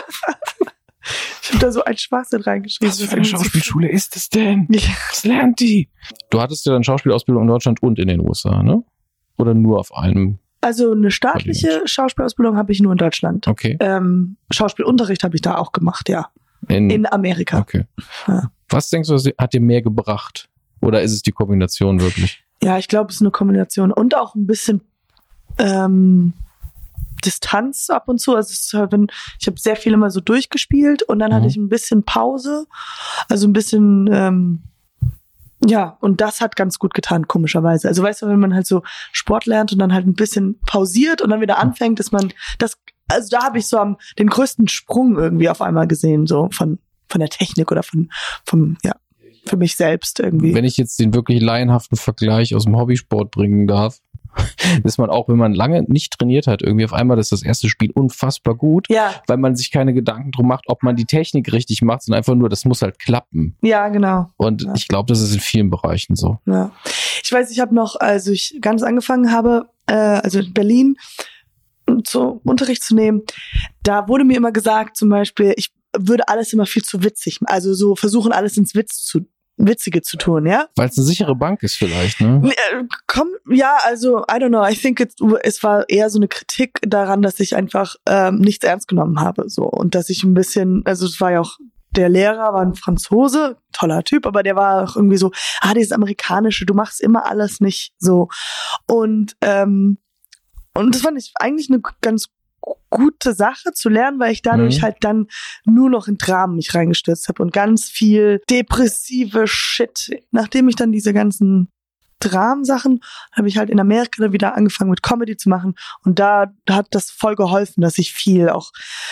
Ich habe da so einen Schwachsinn reingeschrieben. Was für eine Schauspielschule ist es denn? Ja. Was lernt die? Du hattest ja dann Schauspielausbildung in Deutschland und in den U S A, ne? Oder nur auf einem? Also eine staatliche Schauspielausbildung habe ich nur in Deutschland. Okay. Ähm, Schauspielunterricht habe ich da auch gemacht, ja. In, In Amerika. okay. Ja. Was denkst du, hat dir mehr gebracht? Oder ist es die Kombination wirklich? Ja, ich glaube, es ist eine Kombination. Und auch ein bisschen ähm, Distanz ab und zu. Also es ist halt, wenn, ich habe sehr viel immer so durchgespielt und dann Mhm. hatte ich ein bisschen Pause. Also ein bisschen, ähm, Ja, und das hat ganz gut getan, komischerweise. Also weißt du, wenn man halt so Sport lernt und dann halt ein bisschen pausiert und dann wieder anfängt, ist man das, also da habe ich so am den größten Sprung irgendwie auf einmal gesehen, so von von der Technik oder von vom ja für mich selbst irgendwie. Wenn ich jetzt den wirklich laienhaften Vergleich aus dem Hobbysport bringen darf, ist man auch, wenn man lange nicht trainiert hat, irgendwie auf einmal ist das erste Spiel unfassbar gut, Ja, weil man sich keine Gedanken drum macht, ob man die Technik richtig macht, sondern einfach nur, das muss halt klappen. ja, genau. Und Ja. ich glaube, das ist in vielen Bereichen so. Ja. Ich weiß, ich habe noch, als ich ganz angefangen habe, äh, also in Berlin, so Unterricht zu nehmen, da wurde mir immer gesagt, zum Beispiel, ich würde alles immer viel zu witzig, also so versuchen, alles ins Witz zu, Witzige zu tun, ja? Weil es eine sichere Bank ist vielleicht, ne? Nee, äh, Komm, ja, also, I don't know, I think it, es war eher so eine Kritik daran, dass ich einfach ähm, nichts ernst genommen habe, so, und dass ich ein bisschen, also es war ja auch, der Lehrer war ein Franzose, toller Typ, aber der war auch irgendwie so, ah, dieses Amerikanische, du machst immer alles nicht so. Und, ähm, und das fand ich eigentlich eine ganz gute Sache zu lernen, weil ich dadurch Mhm. halt dann nur noch in Dramen mich reingestürzt habe und ganz viel depressive Shit. Nachdem ich dann diese ganzen Dramensachen, habe ich halt in Amerika dann wieder angefangen mit Comedy zu machen und da hat das voll geholfen, dass ich viel auch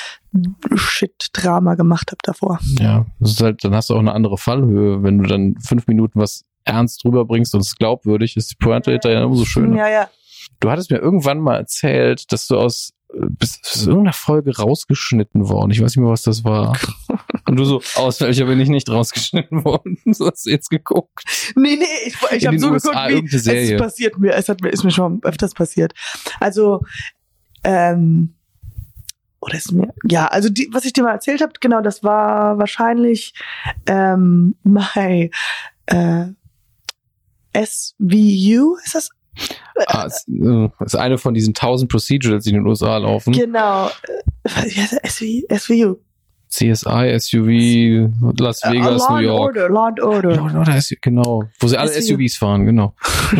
Shit-Drama gemacht habe davor. Ja, das ist halt, dann hast du auch eine andere Fallhöhe, wenn du dann fünf Minuten was ernst rüberbringst und es glaubwürdig ist, die Pointe hinterher umso schöner. Ja, ja. Du hattest mir irgendwann mal erzählt, dass du aus, bist aus irgendeiner Folge rausgeschnitten worden. Ich weiß nicht mehr, was das war. Und du so, aus welcher bin ich nicht rausgeschnitten worden? So hast du jetzt geguckt. Nee, nee, ich, ich In habe den so U S A geguckt, wie irgendeine Serie. es passiert mir. Es hat mir, ist mir schon öfters passiert. Also, ähm, oder ist mir, ja, also die, was ich dir mal erzählt habe, genau, das war wahrscheinlich ähm, my äh, S V U, ist das? Ah, es, äh, das ist eine von diesen tausend Procedurals, die in den U S A laufen. Genau, äh, wie heißt das? S V U. C S I, S U V, Las Äh, Vegas, Law New and York. Order, Law and Order. Law and Order S U V, genau. Wo sie alle S U V. S U Vs fahren, genau.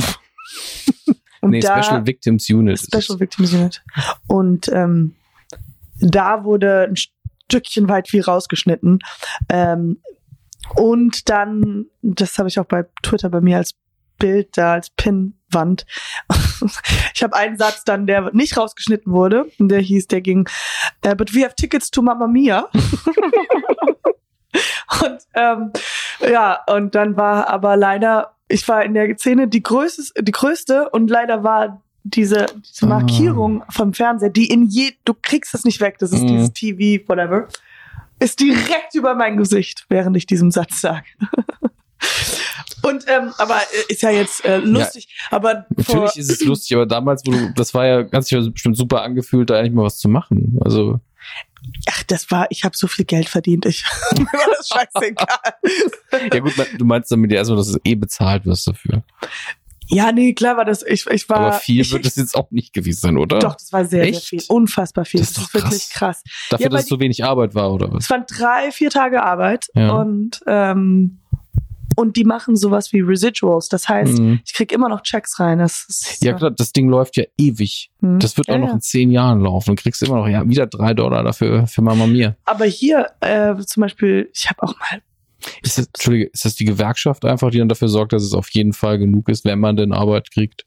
Und nee, da, Special Victims Unit. ist es. Special Victims Unit. Und ähm, da wurde ein Stückchen weit viel rausgeschnitten. Ähm, und dann, das habe ich auch bei Twitter bei mir als Bild da, als Pinnwand. Ich habe einen Satz dann, der nicht rausgeschnitten wurde. Und der hieß, der ging, uh, but we have tickets to Mamma Mia. Und ähm, ja, und dann war aber leider, ich war in der Szene die größte, die größte und leider war diese, diese Markierung vom Fernseher, die in je, du kriegst es nicht weg, das ist Mhm. dieses T V, whatever, ist direkt über mein Gesicht, während ich diesen Satz sage. Und ähm, aber äh, ist ja jetzt äh, lustig, aber vor, Natürlich ist es lustig, aber damals, wo du, das war ja ganz sicher bestimmt super angefühlt, da eigentlich mal was zu machen. Also ach, das war, ich habe so viel Geld verdient, ich mir war das scheißegal. ja gut, du meinst damit ja erstmal, dass du eh bezahlt wirst dafür. Ja, nee, klar war das, ich, ich war. Aber viel ich, wird es jetzt auch nicht gewesen sein, oder? Doch, das war sehr, Echt? sehr viel. Unfassbar viel. Das Das ist ist, doch wirklich krass. Dafür, Ja, dass weil es so wenig Arbeit war, oder was? Es waren drei, vier Tage Arbeit Ja. und ähm, und die machen sowas wie Residuals. Das heißt, Mhm. ich krieg immer noch Checks rein. Das ist Ja klar, das Ding läuft ja ewig. Hm. Das wird auch Ja, noch ja. in zehn Jahren laufen. Du kriegst immer noch ja, wieder drei Dollar dafür für Mama Mia. Aber hier äh, zum Beispiel, ich habe auch mal. Ist das, Entschuldige, ist das die Gewerkschaft einfach, die dann dafür sorgt, dass es auf jeden Fall genug ist, wenn man denn Arbeit kriegt?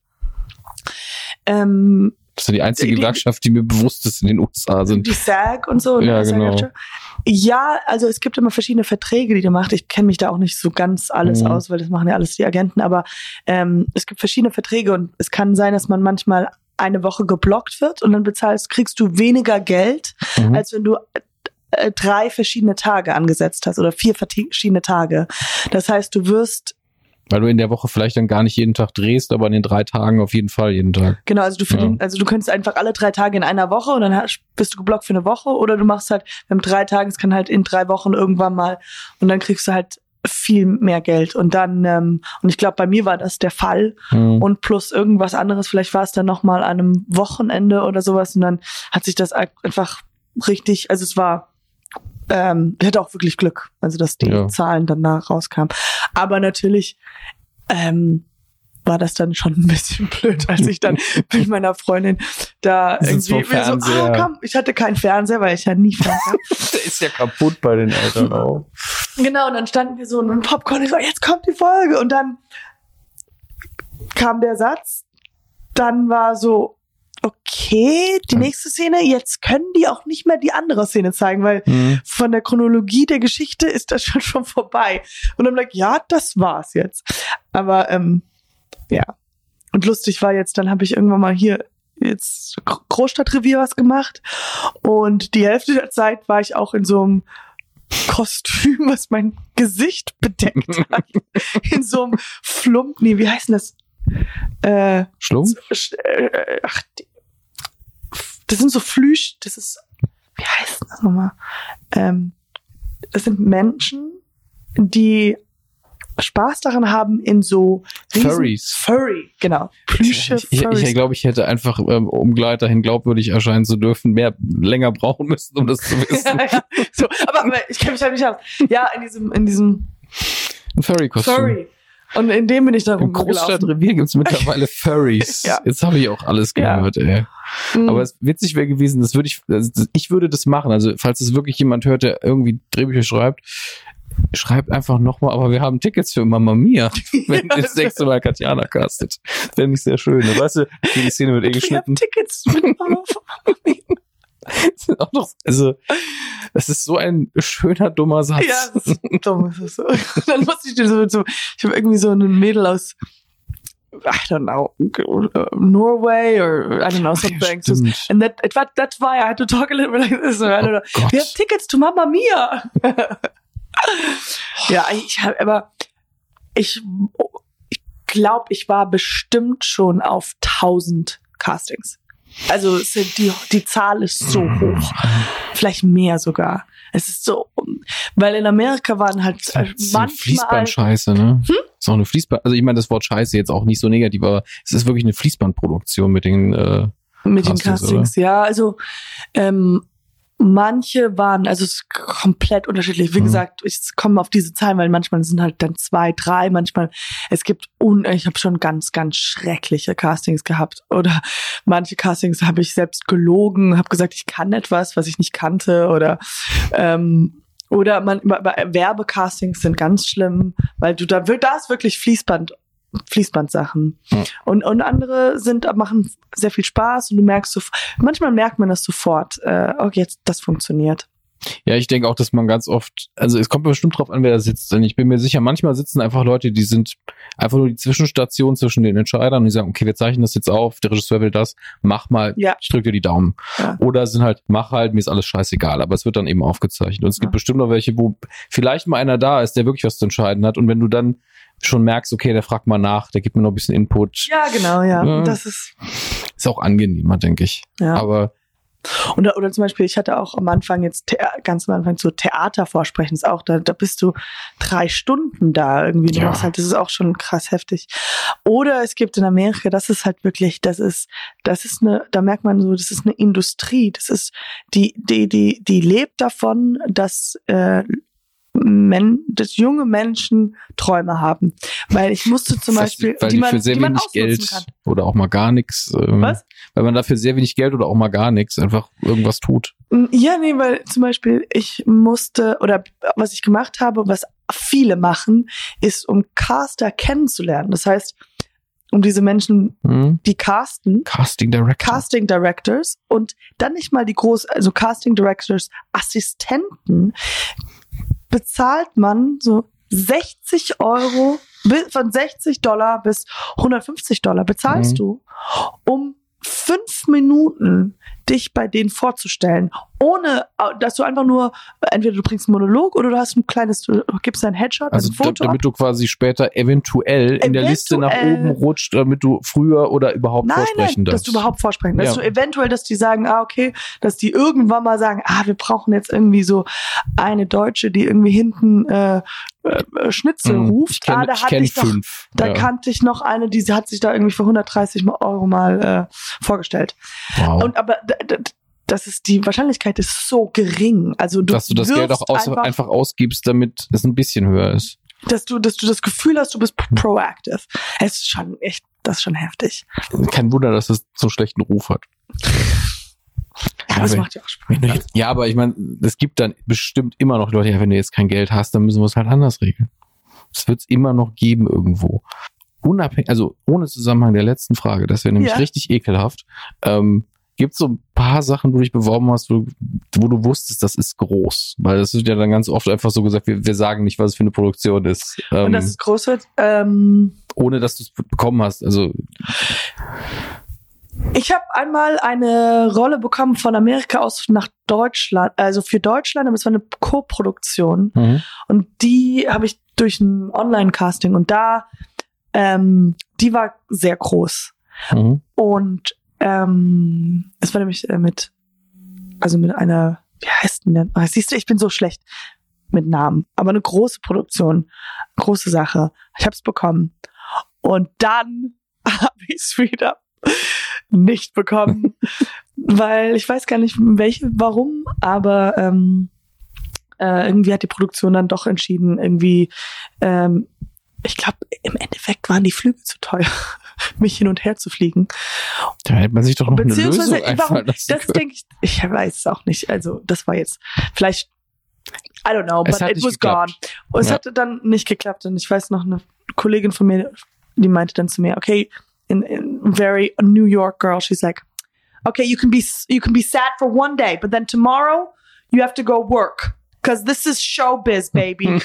Ähm, Das ist ja die einzige Die- Gewerkschaft, die mir bewusst ist in den U S A sind. die S A G und so. ne, Ja, S A G genau. After. Ja, also es gibt immer verschiedene Verträge, die du machst. Ich kenne mich da auch nicht so ganz alles Mhm. aus, weil das machen ja alles die Agenten. Aber ähm, es gibt verschiedene Verträge und es kann sein, dass man manchmal eine Woche geblockt wird und dann bezahlst, kriegst du weniger Geld, Mhm. als wenn du äh, drei verschiedene Tage angesetzt hast oder vier verschiedene Tage. Das heißt, du wirst Weil du in der Woche vielleicht dann gar nicht jeden Tag drehst, aber in den drei Tagen auf jeden Fall jeden Tag. Genau, also du verdienst, also du könntest einfach alle drei Tage in einer Woche und dann hast, bist du geblockt für eine Woche oder du machst halt, wir haben drei Tage, es kann halt in drei Wochen irgendwann mal und dann kriegst du halt viel mehr Geld und dann, ähm, und ich glaube, bei mir war das der Fall Mhm. und plus irgendwas anderes, vielleicht war es dann nochmal an einem Wochenende oder sowas und dann hat sich das einfach richtig, also es war, ähm, ich hatte auch wirklich Glück, also dass die Ja. Zahlen dann da rauskamen. Aber natürlich ähm, war das dann schon ein bisschen blöd, als ich dann mit meiner Freundin da Sitzt irgendwie vor mir so, Fernseher. ah, komm, ich hatte keinen Fernseher, weil ich ja nie Fernseher habe. Der ist ja kaputt bei den Eltern auch. Genau, und dann standen wir so in einem Popcorn, ich so, jetzt kommt die Folge. Und dann kam der Satz, dann war so, okay, die nächste Szene, jetzt können die auch nicht mehr die andere Szene zeigen, weil Mhm. von der Chronologie der Geschichte ist das schon schon vorbei. Und dann like, ja, das war's jetzt. Aber ähm, ja. Und lustig war jetzt, dann habe ich irgendwann mal hier jetzt Großstadtrevier was gemacht und die Hälfte der Zeit war ich auch in so einem Kostüm, was mein Gesicht bedeckt hat. In so einem Flump, nee, wie heißt denn das? Äh, Schlumpf? so, äh, ach, die, das sind so Flüsch, das ist, wie heißt das nochmal? Ähm, das sind Menschen, die Spaß daran haben in so riesen- Furries. Furry, genau. Plüsche Ich, ich, Furries. ich glaube, ich hätte einfach, ähm, um gleiterhin glaubwürdig erscheinen zu dürfen, mehr länger brauchen müssen, um das zu wissen. ja, ja. So, aber, aber ich kenne mich halt nicht aus. Ja, in diesem, in diesem Ein Furry-Kostüm. Furry. Und in dem bin ich da Im rumgelaufen. Großstadtrevier gibt's mittlerweile Furries. Ja. Jetzt habe ich auch alles Ja. gehört, ey. Mhm. Aber es witzig wäre gewesen, das würde ich, also das- ich würde das machen. Also, falls es wirklich jemand hört, der irgendwie Drehbücher schreibt, schreibt einfach nochmal, aber wir haben Tickets für Mamma Mia, wenn Ja, das nächste Mal Katjana castet. Fände ich sehr schön. Weißt du, die Szene wird eh ich habe geschnitten. Tickets mit Mama von Mama Mia. Das sind auch noch, also, das ist so ein schöner, dummer Satz. Ja, das ist dumm. Das ist so. Dann musste ich dir so, so ich habe irgendwie so ein Mädel aus, I don't know, Norway or I don't know, something. Ja, stimmt. And that, that, that's why I had to talk a little bit like this. I don't know. Oh Gott. We have tickets to Mamma Mia. Ja, ich habe, aber ich, ich glaube, ich war bestimmt schon auf tausend Castings. Also es sind die, die Zahl ist so hoch. Vielleicht mehr sogar. Es ist so, weil in Amerika waren halt Das ist halt so eine manchmal, Fließbandscheiße, ne? Hm? Ist auch eine Fließband, also ich meine das Wort Scheiße jetzt auch nicht so negativ, aber es ist wirklich eine Fließbandproduktion mit den äh, mit den Castings, Castings, ja, also ähm, manche waren, also es ist komplett unterschiedlich. Wie Mhm. gesagt, ich komme auf diese Zahlen, weil manchmal sind halt dann zwei, drei, manchmal, es gibt, un ich habe schon ganz, ganz schreckliche Castings gehabt. Oder manche Castings habe ich selbst gelogen, habe gesagt, ich kann etwas, was ich nicht kannte. Oder ähm, oder man, bei Werbecastings sind ganz schlimm, weil du da, da ist wirklich Fließband, Fließbandsachen. Ja. Und, und andere sind, machen sehr viel Spaß und du merkst so, manchmal merkt man das sofort, äh, okay, jetzt, das funktioniert. Ja, ich denke auch, dass man ganz oft, also es kommt bestimmt drauf an, wer da sitzt. Denn ich bin mir sicher, manchmal sitzen einfach Leute, die sind einfach nur die Zwischenstation zwischen den Entscheidern und die sagen, okay, wir zeichnen das jetzt auf, der Regisseur will das, mach mal, Ja. ich drücke dir die Daumen. Ja. Oder sind halt, mach halt, mir ist alles scheißegal, aber es wird dann eben aufgezeichnet. Und es gibt Ja. bestimmt noch welche, wo vielleicht mal einer da ist, der wirklich was zu entscheiden hat. Und wenn du dann schon merkst, okay, der fragt mal nach, der gibt mir noch ein bisschen Input, Ja, genau, ja. Ja. Das ist, ist auch angenehmer, denke ich. ja. Aber Oder, oder zum Beispiel, ich hatte auch am Anfang jetzt, Thea- ganz am Anfang so Theatervorsprechen, ist auch, da, da bist du drei Stunden da irgendwie. Du Ja. machst halt, das ist auch schon krass heftig. Oder es gibt in Amerika, das ist halt wirklich, das ist, das ist eine, da merkt man so, das ist eine Industrie. Das ist, die, die, die, die lebt davon, dass, äh, Men, dass junge Menschen Träume haben. Weil ich musste zum weil- Beispiel, weil die die man, für sehr die man wenig ausnutzen Geld kann. oder auch mal gar nichts, ähm, Was? weil man dafür sehr wenig Geld oder auch mal gar nichts einfach irgendwas tut. Ja, nee, weil zum Beispiel ich musste, oder was ich gemacht habe, was viele machen, ist, um Caster kennenzulernen. Das heißt, um diese Menschen, Hm? die casten, Casting Director. Casting Directors und dann nicht mal die groß, also Casting Directors Assistenten, bezahlt man so sechzig Euro, bi- von sechzig Dollar bis hundertfünfzig Dollar bezahlst Mhm. du, um fünf Minuten dich bei denen vorzustellen, ohne, dass du einfach nur, entweder du bringst einen Monolog oder du hast ein kleines, du gibst ein Headshot, Also ein Foto da, damit du quasi später eventuell, in der Liste nach Eventuell. oben rutscht, damit du früher oder überhaupt Nein, vorsprechen nein, dass darfst. du überhaupt vorsprechen. Dass Ja. du eventuell, dass die sagen, ah, okay, dass die irgendwann mal sagen, ah, wir brauchen jetzt irgendwie so eine Deutsche, die irgendwie hinten äh, äh, Schnitzel Hm, ruft. Ich kenne ah, da ich hatte kenn ich doch, fünf. da ja. kannte ich noch eine, die hat sich da irgendwie für hundertdreißig Euro mal äh, vorgestellt. Wow. Und aber d- d- das ist, die Wahrscheinlichkeit ist so gering. Also du Dass du das Geld wirst auch aus, einfach, einfach ausgibst, damit es ein bisschen höher ist. dass du, dass du das Gefühl hast, du bist proactive. Es ist schon echt, das ist schon heftig. Kein Wunder, dass es so einen schlechten Ruf hat. Ja, das wenn- macht ja auch Spaß. Wenn du jetzt, Ja, aber ich meine, es gibt dann bestimmt immer noch Leute, ja, wenn du jetzt kein Geld hast, dann müssen wir es halt anders regeln. Es wird es immer noch geben irgendwo. Unabhängig, also ohne Zusammenhang der letzten Frage, das wäre nämlich Ja. richtig ekelhaft. Ähm, gibt es so ein paar Sachen, wo du dich beworben hast, wo, wo du wusstest, das ist groß? Weil das wird ja dann ganz oft einfach so gesagt, wir, wir sagen nicht, was es für eine Produktion ist. Ähm, Und das ist groß wird. Ähm, ohne dass du es bekommen hast. Also ich habe einmal eine Rolle bekommen von Amerika aus nach Deutschland, also für Deutschland, aber es war eine Co-Produktion. mhm. Und die habe ich durch ein Online-Casting und da, ähm, die war sehr groß. Mhm. Und ähm, es war nämlich äh, mit, also mit einer, wie heißt denn denn? Ah, siehst du, ich bin so schlecht mit Namen, aber eine große Produktion, große Sache. Ich habe es bekommen. Und dann habe ich es wieder nicht bekommen, weil ich weiß gar nicht, welche, warum, aber ähm, äh, irgendwie hat die Produktion dann doch entschieden, irgendwie, ähm, ich glaube, im Endeffekt waren die Flüge zu teuer, mich hin und her zu fliegen. Da hätte man sich doch noch eine Lösung Beziehungsweise, einfallen warum, lassen das können. denke ich, ich weiß es auch nicht. Also, das war jetzt vielleicht, I don't know, Es but hat it nicht was geklappt. gone. Und es Ja. hatte dann nicht geklappt. Und ich weiß noch, eine Kollegin von mir, die meinte dann zu mir, okay, in, in very New York girl, she's like, okay, you can be, you can be sad for one day, but then tomorrow you have to go work. Cause this is showbiz, baby.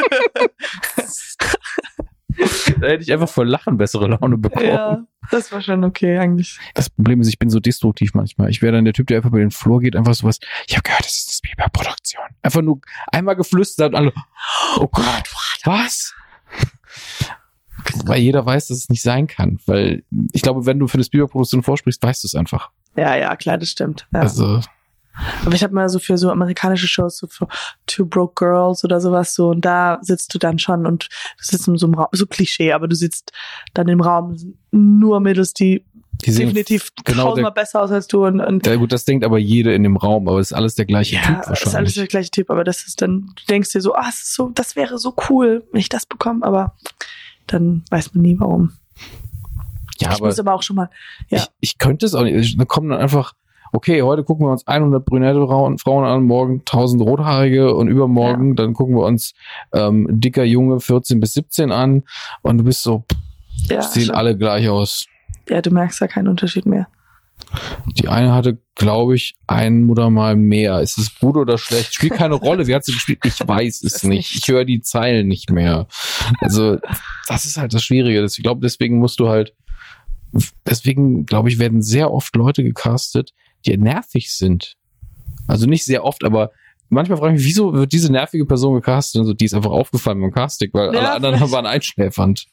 Da hätte ich einfach vor Lachen bessere Laune bekommen. Ja, das war schon okay, eigentlich. Das Problem ist, ich bin so destruktiv manchmal. Ich wäre dann der Typ, der einfach über den Flur geht, einfach sowas, ich habe gehört, das ist eine Spielberg-Produktion. Einfach nur einmal geflüstert und alle, oh Gott, was? Weil jeder weiß, dass es nicht sein kann. Weil ich glaube, wenn du für eine Spielberg-Produktion vorsprichst, weißt du es einfach. Ja, ja, klar, das stimmt. Ja. Also, Aber ich habe mal so für so amerikanische Shows, so für Two Broke Girls oder sowas so, und da sitzt du dann schon und du sitzt in so einem Raum, so Klischee, aber du sitzt dann im Raum, nur Mädels, die, die sehen definitiv genau tausendmal besser aus als du und, und Ja gut, das denkt aber jede in dem Raum, aber es ist alles der gleiche ja, Typ ist alles wahrscheinlich. der gleiche Typ, aber das ist dann, du denkst dir so, ah, es ist so, das wäre so cool, wenn ich das bekomme, aber dann weiß man nie, warum. Ja, ich aber, muss aber auch schon mal, ja. ich, ich könnte es auch nicht. Dann kommen dann einfach, okay, heute gucken wir uns hundert brünette Frauen Frauen an, morgen tausend rothaarige und übermorgen, dann gucken wir uns ähm, dicker Junge vierzehn bis siebzehn an und du bist so, pff, ja, sehen schon. alle gleich aus. Ja, du merkst ja keinen Unterschied mehr. Die eine hatte, glaube ich, ein oder mal mehr. Ist es gut oder schlecht? Spielt keine Rolle. Wie hat sie gespielt? Ich weiß es Das nicht. nicht. Ich höre die Zeilen nicht mehr. Also, das ist halt das Schwierige. Ich glaube, deswegen musst du halt, deswegen, glaube ich, werden sehr oft Leute gecastet, die nervig sind. Also nicht sehr oft, aber manchmal frage ich mich, wieso wird diese nervige Person gecastet? Also, die ist einfach aufgefallen beim Casting, weil Ja, alle anderen vielleicht. waren einschläfernd.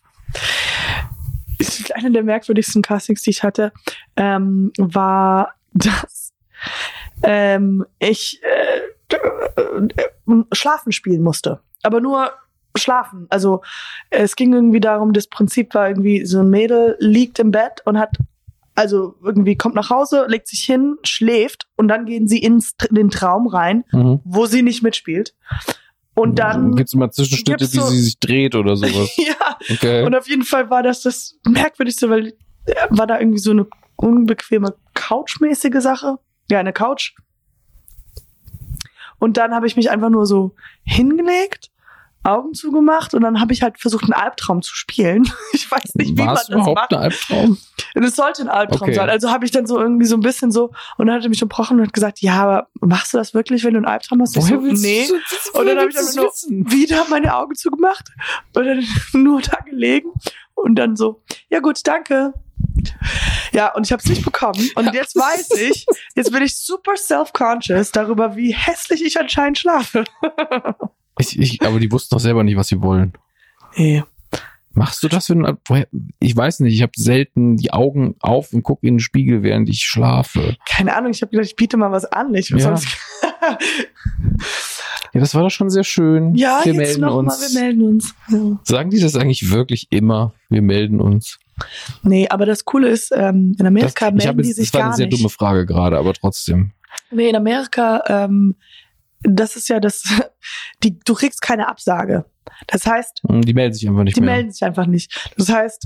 Eine der merkwürdigsten Castings, die ich hatte, ähm, war, dass ähm, ich äh, äh, schlafen spielen musste. Aber nur schlafen. Also es ging irgendwie darum, das Prinzip war irgendwie, so ein Mädel liegt im Bett und hat, also irgendwie kommt nach Hause, legt sich hin, schläft und dann gehen sie ins, in den Traum rein, Mhm. wo sie nicht mitspielt. Und dann Gibt es mal Zwischenschnitte, gibt's wie so- sie sich dreht oder sowas. ja, Okay. und auf jeden Fall war das das Merkwürdigste, weil äh, war da irgendwie so eine unbequeme Couchmäßige Sache. Ja, eine Couch. Und dann habe ich mich einfach nur so hingelegt, Augen zugemacht und dann habe ich halt versucht, einen Albtraum zu spielen. Ich weiß nicht, wie War man es das überhaupt macht. ein Albtraum? Und es sollte ein Albtraum Okay. sein. Also habe ich dann so irgendwie so ein bisschen so, und dann hat er mich unterbrochen und hat gesagt, ja, aber machst du das wirklich, wenn du einen Albtraum hast? Ich so, nee. Und dann habe ich einfach nur wieder meine Augen zugemacht und dann nur da gelegen und dann so, ja gut, danke. Ja, und ich habe es nicht bekommen. Und jetzt weiß ich, jetzt bin ich super self-conscious darüber, wie hässlich ich anscheinend schlafe. Ich, ich, aber die wussten doch selber nicht, was sie wollen. Nee. Machst du das für ein, woher- ich weiß nicht, ich habe selten die Augen auf und gucke in den Spiegel, während ich schlafe. Keine Ahnung, ich habe gedacht, ich biete mal was an. Ich, was Ja. soll ich- Ja, das war doch schon sehr schön. ja, wir jetzt melden noch uns. mal, wir melden uns. Ja. Sagen die das eigentlich wirklich immer? Wir melden uns. Nee, aber das Coole ist, ähm, in Amerika das, ich hab melden die jetzt, sich das war gar eine sehr nicht. dumme Frage gerade, aber trotzdem. Nee, in Amerika, ähm, das ist ja das, die, du kriegst keine Absage. Das heißt, Hm, Die melden sich einfach nicht die mehr. melden sich einfach nicht. Das heißt,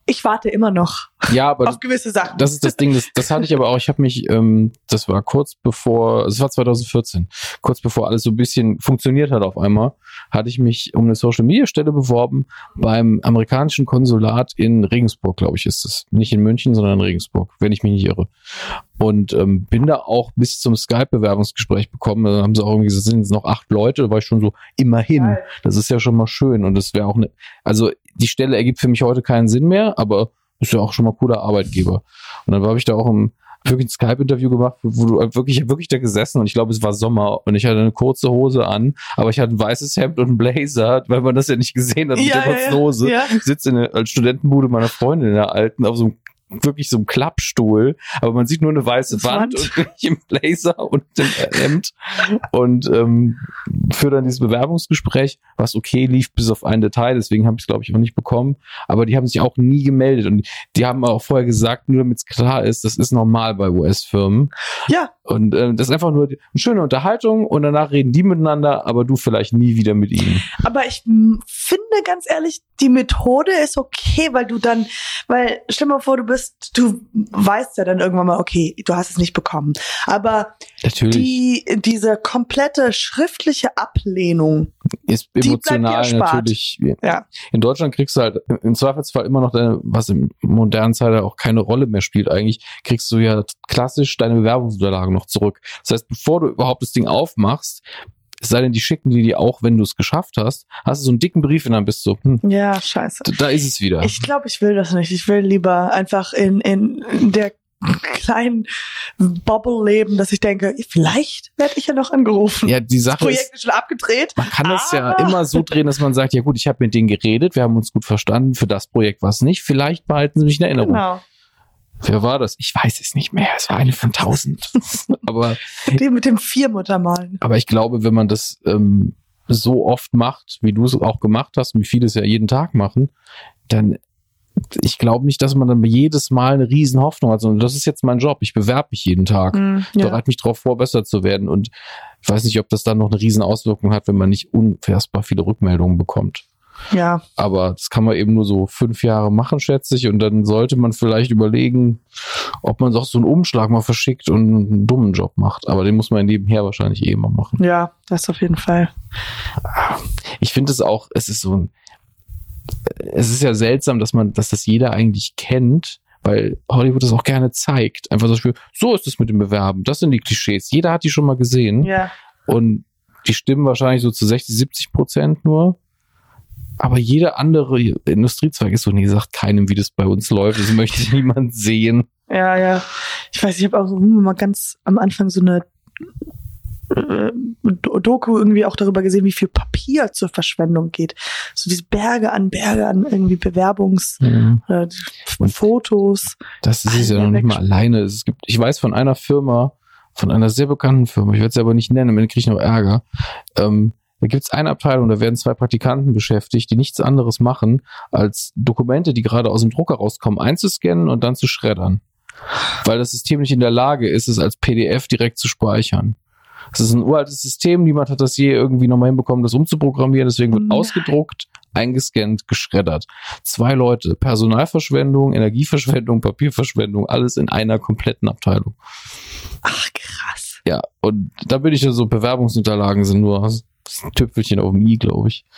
ich warte immer noch Ja, aber auf gewisse Sachen. das ist das Ding, das, das hatte ich aber auch, ich habe mich, ähm, das war kurz bevor, es war zwanzig vierzehn, kurz bevor alles so ein bisschen funktioniert hat auf einmal, hatte ich mich um eine Social-Media-Stelle beworben beim amerikanischen Konsulat in Regensburg, glaube ich, ist es. Nicht in München, sondern in Regensburg, wenn ich mich nicht irre. Und ähm, bin da auch bis zum Skype-Bewerbungsgespräch bekommen. Da haben sie auch irgendwie gesagt, sind jetzt noch acht Leute, da war ich schon so, immerhin. Geil. Das ist ja schon mal schön. Und das wäre auch eine, also die Stelle ergibt für mich heute keinen Sinn mehr, aber ist ja auch schon mal cooler Arbeitgeber. Und dann habe ich da auch im wirklich ein Skype-Interview gemacht, wo du wirklich, wirklich da gesessen und ich glaube, es war Sommer und ich hatte eine kurze Hose an, aber ich hatte ein weißes Hemd und einen Blazer, weil man das ja nicht gesehen hat mit Ja, der kurzen Hose. ja. Ich sitze in der als Studentenbude meiner Freundin in der alten auf so einem wirklich so einem Klappstuhl, aber man sieht nur eine weiße Wand, Wand. und ich im Blazer und im Hemd und ähm, für dann dieses Bewerbungsgespräch, was okay lief bis auf ein Detail, deswegen habe ich es glaube ich auch nicht bekommen, aber die haben sich auch nie gemeldet und die haben auch vorher gesagt, nur damit es klar ist, das ist normal bei U S-Firmen Ja, und ähm, das ist einfach nur eine schöne Unterhaltung und danach reden die miteinander, aber du vielleicht nie wieder mit ihnen. aber ich m, finde ganz ehrlich, die Methode ist okay, weil du dann, weil stell mal vor, du bist, du weißt ja dann irgendwann mal, okay, du hast es nicht bekommen. Aber Natürlich die, diese komplette schriftliche Ablehnung, ist die bleibt dir emotional erspart. natürlich. ja, In Deutschland kriegst du halt im Zweifelsfall immer noch deine, was im modernen Zeitalter auch keine Rolle mehr spielt eigentlich, kriegst du ja klassisch deine Bewerbungsunterlagen noch zurück. Das heißt, bevor du überhaupt das Ding aufmachst, es sei denn, die schicken die dir auch, wenn du es geschafft hast, hast du so einen dicken Brief und dann bist du, hm, ja, scheiße. da ist es wieder. Ich glaube, ich will das nicht. Ich will lieber einfach in, in, in der kleinen Bubble leben, dass ich denke, vielleicht werde ich ja noch angerufen. Ja, die Das Sache Projekt ist, ist schon abgedreht. man kann das ja aber- immer so drehen, dass man sagt, ja gut, ich habe mit denen geredet, wir haben uns gut verstanden, für das Projekt war es nicht, vielleicht behalten sie mich in Erinnerung. Genau. Wer war das? Ich weiß es nicht mehr, es war eine von tausend. Aber Die mit dem Viermuttermalen. Aber ich glaube, wenn man das ähm, so oft macht, wie du es auch gemacht hast und wie viele es ja jeden Tag machen, dann, ich glaube nicht, dass man dann jedes Mal eine riesen Hoffnung hat, sondern das ist jetzt mein Job. Ich bewerbe mich jeden Tag. Mm, Ich ja. bereite mich darauf vor, besser zu werden. Und ich weiß nicht, ob das dann noch eine riesen Auswirkung hat, wenn man nicht unfassbar viele Rückmeldungen bekommt. ja. Aber das kann man eben nur so fünf Jahre machen, schätze ich. Und dann sollte man vielleicht überlegen, ob man doch so einen Umschlag mal verschickt und einen dummen Job macht. Aber den muss man nebenher wahrscheinlich eh immer machen. Ja, das auf jeden Fall. Ich finde es auch, es ist so ein, es ist ja seltsam, dass man, dass das jeder eigentlich kennt, weil Hollywood das auch gerne zeigt. Einfach so, so ist es mit dem Bewerben. Das sind die Klischees. Jeder hat die schon mal gesehen. Ja. Und die stimmen wahrscheinlich so zu sechzig, siebzig Prozent nur. Aber jeder andere Industriezweig ist so, nee, sagt keinem, wie das bei uns läuft. Das möchte niemand sehen. Ja, ja. Ich weiß, ich habe auch so hm, mal ganz am Anfang so eine äh, Doku irgendwie auch darüber gesehen, wie viel Papier zur Verschwendung geht. So diese Berge an Berge an irgendwie Bewerbungs Mhm. äh, Und Fotos. Das ist es ja Alter, noch nicht mal weg- alleine. Es gibt, ich weiß von einer Firma, von einer sehr bekannten Firma, ich werde sie aber nicht nennen, am Ende kriege ich noch Ärger. Ähm, da gibt es eine Abteilung, da werden zwei Praktikanten beschäftigt, die nichts anderes machen, als Dokumente, die gerade aus dem Drucker rauskommen, einzuscannen und dann zu schreddern. Weil das System nicht in der Lage ist, es als P D F direkt zu speichern. Es ist ein uraltes System, niemand hat das je irgendwie nochmal hinbekommen, das umzuprogrammieren, deswegen wird Nein. ausgedruckt, eingescannt, geschreddert. Zwei Leute, Personalverschwendung, Energieverschwendung, Papierverschwendung, alles in einer kompletten Abteilung. Ach, krass. Ja, und da bin ich ja so, Bewerbungsunterlagen sind nur das ist ein Tüpfelchen auf dem i, glaube ich.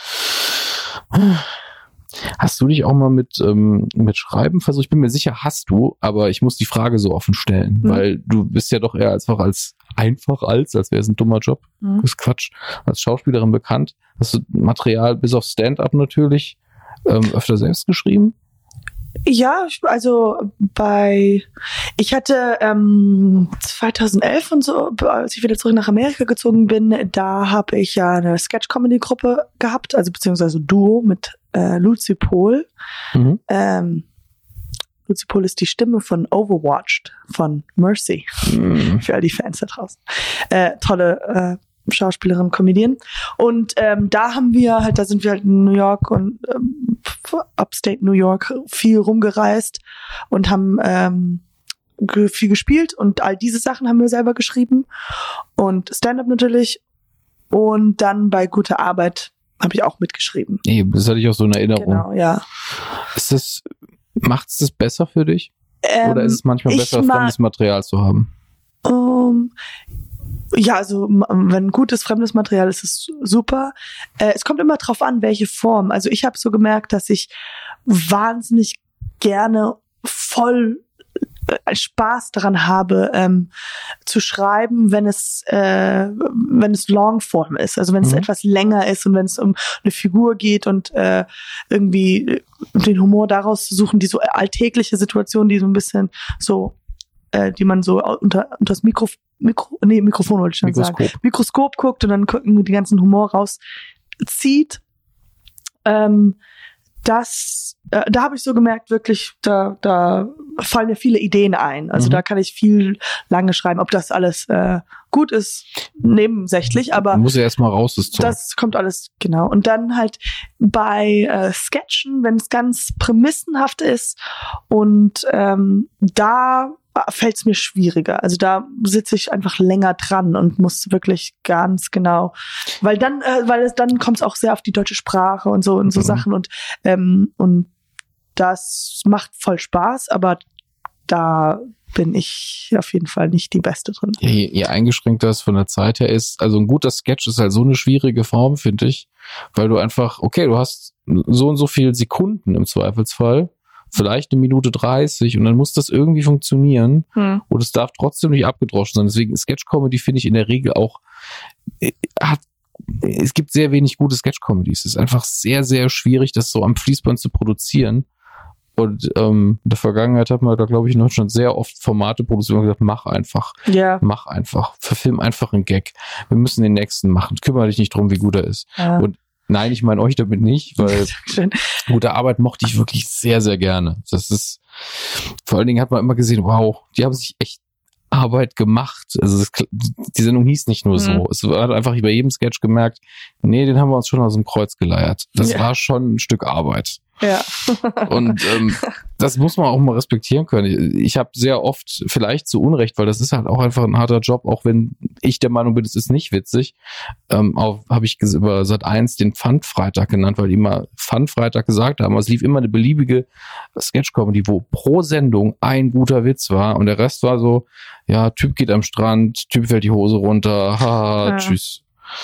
Hast du dich auch mal mit, ähm, mit Schreiben versucht? Ich bin mir sicher, hast du, aber ich muss die Frage so offen stellen, Mhm. weil du bist ja doch eher einfach als, einfach als, als wäre es ein dummer Job. Mhm. Das ist Quatsch. Als Schauspielerin bekannt. Hast du Material bis auf Stand-up natürlich ähm, öfter selbst geschrieben? Ja, ich- also bei, ich hatte ähm, zweitausendelf und so, als ich wieder zurück nach Amerika gezogen bin, da habe ich ja eine Sketch-Comedy-Gruppe gehabt, also beziehungsweise Duo mit äh, Lucy Pohl. Mhm. Ähm, Lucy Pohl ist die Stimme von Overwatched von Mercy, Mhm. für all die Fans da draußen. Äh, tolle äh, Schauspielerin, Comedian. Und ähm, da haben wir halt, da sind wir halt in New York und ähm, Upstate New York viel rumgereist und haben ähm, ge- viel gespielt und all diese Sachen haben wir selber geschrieben und Stand-up natürlich. Und dann bei Gute Arbeit habe ich auch mitgeschrieben. Nee, das hatte ich auch so in Erinnerung. Genau, ja. Ist das, Macht es das besser für dich? Ähm, Oder ist es manchmal besser, mag, fremdes Material zu haben? Um, ja, also wenn gutes fremdes Material ist, ist es super. Äh, es kommt immer drauf an, welche Form. Also ich habe so gemerkt, dass ich wahnsinnig gerne voll Spaß daran habe, ähm, zu schreiben, wenn es äh, wenn es Longform ist, also wenn es mhm. etwas länger ist und wenn es um eine Figur geht und äh, irgendwie den Humor daraus zu suchen, die so alltägliche Situation, die so ein bisschen so, äh, die man so unter, unter das Mikro, Mikro, nee, Mikrofon wollte ich schon Mikroskop. sagen, Mikroskop guckt und dann gucken die ganzen Humor rauszieht. Ähm, Das, äh, da habe ich so gemerkt, wirklich, da, da fallen mir viele Ideen ein. Also mhm. da kann ich viel lange schreiben. Ob das alles äh, gut ist, nebensächlich, aber man muss ja erstmal raus, das Zeug. Das kommt alles, genau. Und dann halt bei äh, Sketchen, wenn es ganz prämissenhaft ist und ähm, da fällt es mir schwieriger. Also da sitze ich einfach länger dran und muss wirklich ganz genau, weil dann, äh, weil es dann kommt es auch sehr auf die deutsche Sprache und so und so mhm. Sachen und ähm, und das macht voll Spaß, aber da bin ich auf jeden Fall nicht die Beste drin. Ja, je, je eingeschränkter es von der Zeit her ist, also ein guter Sketch ist halt so eine schwierige Form, finde ich, weil du einfach, okay, du hast so und so viele Sekunden im Zweifelsfall, vielleicht eine Minute dreißig und dann muss das irgendwie funktionieren hm. und es darf trotzdem nicht abgedroschen sein. Deswegen Sketch-Comedy finde ich in der Regel auch, hat, es gibt sehr wenig gute Sketch-Comedies. Es ist einfach sehr, sehr schwierig, das so am Fließband zu produzieren. Und ähm, in der Vergangenheit hat man da, glaube ich, in Deutschland sehr oft Formate produziert und gesagt, mach einfach, ja. mach einfach, verfilm einfach einen Gag. Wir müssen den nächsten machen. Kümmere dich nicht drum, wie gut er ist. Ja. Und nein, ich meine euch damit nicht, weil gute Arbeit mochte ich wirklich sehr, sehr gerne. Das ist, vor allen Dingen hat man immer gesehen, wow, die haben sich echt Arbeit gemacht. Also das, die Sendung hieß nicht nur so. Mhm. Es hat einfach bei jedem Sketch gemerkt, nee, den haben wir uns schon aus dem Kreuz geleiert. Das ja. war schon ein Stück Arbeit. Ja. Und ähm, das muss man auch mal respektieren können. Ich habe sehr oft, vielleicht zu Unrecht, weil das ist halt auch einfach ein harter Job, auch wenn ich der Meinung bin, es ist nicht witzig, ähm, habe ich über Sat eins den Pfandfreitag genannt, weil die immer Pfandfreitag gesagt haben. Es lief immer eine beliebige Sketch-Comedy, wo pro Sendung ein guter Witz war und der Rest war so, ja, Typ geht am Strand, Typ fällt die Hose runter, haha, ja. tschüss.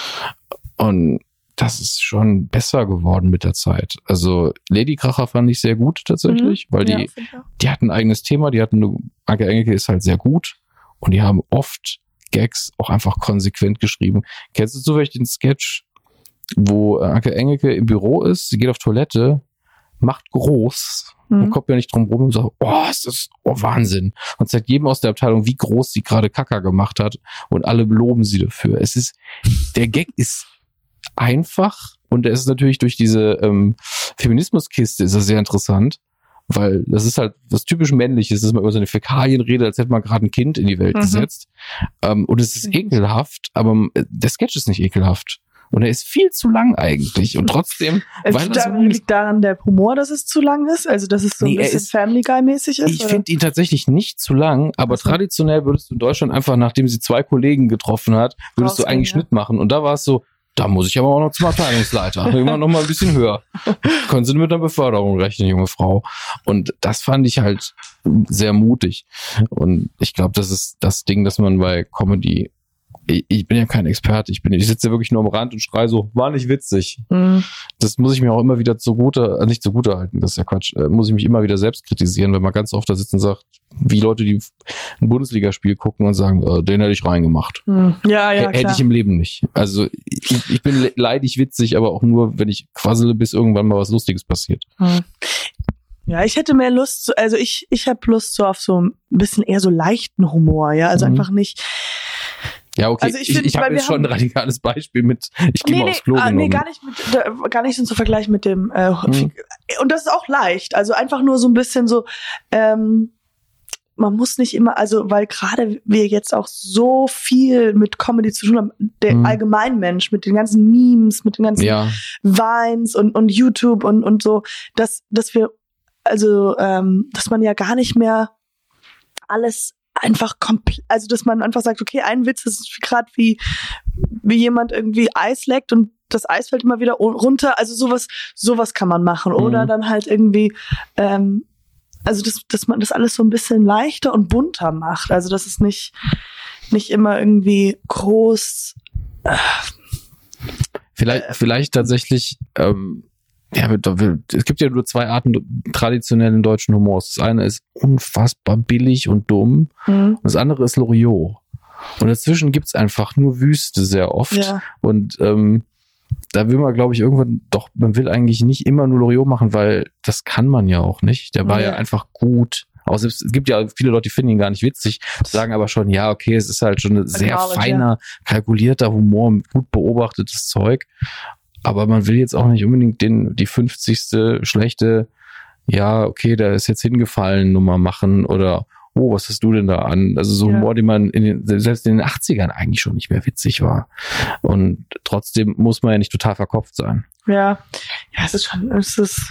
Und das ist schon besser geworden mit der Zeit. Also Ladykracher fand ich sehr gut tatsächlich, mhm. weil die, ja, die hatten ein eigenes Thema, die hatten, eine, Anke Engelke ist halt sehr gut und die haben oft Gags auch einfach konsequent geschrieben. Kennst du zufällig den Sketch, wo Anke Engelke im Büro ist, sie geht auf Toilette, macht groß mhm. und kommt ja nicht drum rum und sagt, oh, ist das oh, Wahnsinn. Und zeigt jedem aus der Abteilung, wie groß sie gerade Kacker gemacht hat und alle loben sie dafür. Es ist, der Gag ist einfach und er ist natürlich durch diese ähm, Feminismuskiste ist er sehr interessant, weil das ist halt was typisch Männliches, dass man über seine Fäkalien redet, als hätte man gerade ein Kind in die Welt mhm. gesetzt. Ähm, und es ist ekelhaft, aber der Sketch ist nicht ekelhaft. Und er ist viel zu lang eigentlich. Und trotzdem, es weil da, so liegt daran der Humor, dass es zu lang ist? Also, dass es so nee, ein bisschen ist, Family Guy-mäßig ist? Ich finde ihn tatsächlich nicht zu lang, aber also. traditionell würdest du in Deutschland einfach, nachdem sie zwei Kollegen getroffen hat, würdest Rausgehen, du eigentlich ja. Schnitt machen. Und da war es so, da muss ich aber auch noch zum Abteilungsleiter. Immer noch mal ein bisschen höher. Können Sie mit einer Beförderung rechnen, junge Frau. Und das fand ich halt sehr mutig. Und ich glaube, das ist das Ding, dass man bei Comedy, ich, ich bin ja kein Experte, ich bin, ich sitze ja wirklich nur am Rand und schreie so, war nicht witzig. Mhm. Das muss ich mir auch immer wieder zugute, nicht zugute halten, das ist ja Quatsch, muss ich mich immer wieder selbst kritisieren, wenn man ganz oft da sitzt und sagt, wie Leute, die ein Bundesligaspiel gucken und sagen, äh, den hätte ich reingemacht. Mhm. Ja, ja, H- Hätte ich im Leben nicht. Also ich, ich bin leidig witzig, aber auch nur, wenn ich quassele, bis irgendwann mal was Lustiges passiert. Mhm. Ja, ich hätte mehr Lust, also ich, ich habe Lust so auf so ein bisschen eher so leichten Humor, ja, also mhm. einfach nicht. Ja, okay, also ich, ich, ich habe jetzt schon ein radikales Beispiel mit, ich gehe nee, mal aufs Klo nee, genommen. Nee, gar nicht, mit, gar nicht so zu vergleichen mit dem, äh, hm. und das ist auch leicht, also einfach nur so ein bisschen so, ähm, man muss nicht immer, also weil gerade wir jetzt auch so viel mit Comedy zu tun haben, der hm. Allgemeinmensch, mit den ganzen Memes, mit den ganzen ja. Vines und, und YouTube und, und so, dass, dass wir, also, ähm, dass man ja gar nicht mehr alles einfach komplett, also dass man einfach sagt, okay, ein Witz ist gerade wie wie jemand irgendwie Eis leckt und das Eis fällt immer wieder runter, also sowas sowas kann man machen. Oder mhm. dann halt irgendwie ähm, also dass, dass man das alles so ein bisschen leichter und bunter macht. Also dass es nicht, nicht immer irgendwie groß. Äh, Vielleicht, äh, vielleicht tatsächlich, ähm, ja, es gibt ja nur zwei Arten traditionellen deutschen Humors. Das eine ist unfassbar billig und dumm. Mhm. Und das andere ist Loriot. Und dazwischen gibt's einfach nur Wüste sehr oft. Ja. Und ähm, da will man, glaube ich, irgendwann doch, man will eigentlich nicht immer nur Loriot machen, weil das kann man ja auch nicht. Der war Ja. ja einfach gut. Auch selbst, es gibt ja viele Leute, die finden ihn gar nicht witzig, sagen aber schon, ja, okay, es ist halt schon ein sehr Knowledge, feiner, kalkulierter Humor, gut beobachtetes Zeug. Aber man will jetzt auch nicht unbedingt den die fünfzigste schlechte, ja, okay, der ist jetzt hingefallen, Nummer machen oder oh, was hast du denn da an? Also so Ja. Humor, den man in den, selbst in den achtzigern eigentlich schon nicht mehr witzig war. Und trotzdem muss man ja nicht total verkopft sein. Ja, ja, es ist schon, es ist.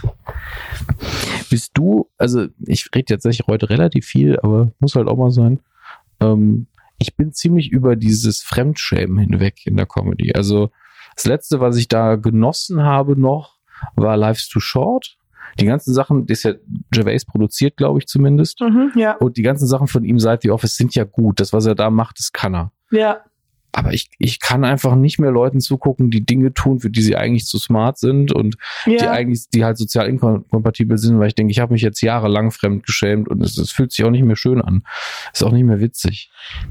Bist du, also ich rede tatsächlich heute relativ viel, aber muss halt auch mal sein. Ähm, ich bin ziemlich über dieses Fremdschämen hinweg in der Comedy. Also das Letzte, was ich da genossen habe noch, war Life's Too Short. Die ganzen Sachen, das ist ja Gervais produziert, glaube ich zumindest. Mhm, ja, Und die ganzen Sachen von ihm seit The Office sind ja gut. Das, was er da macht, das kann er. ja, Aber ich, ich kann einfach nicht mehr Leuten zugucken, die Dinge tun, für die sie eigentlich zu smart sind und die ja. eigentlich, die halt sozial inkompatibel sind, weil ich denke, ich habe mich jetzt jahrelang fremd geschämt und es, es fühlt sich auch nicht mehr schön an. Ist auch nicht mehr witzig.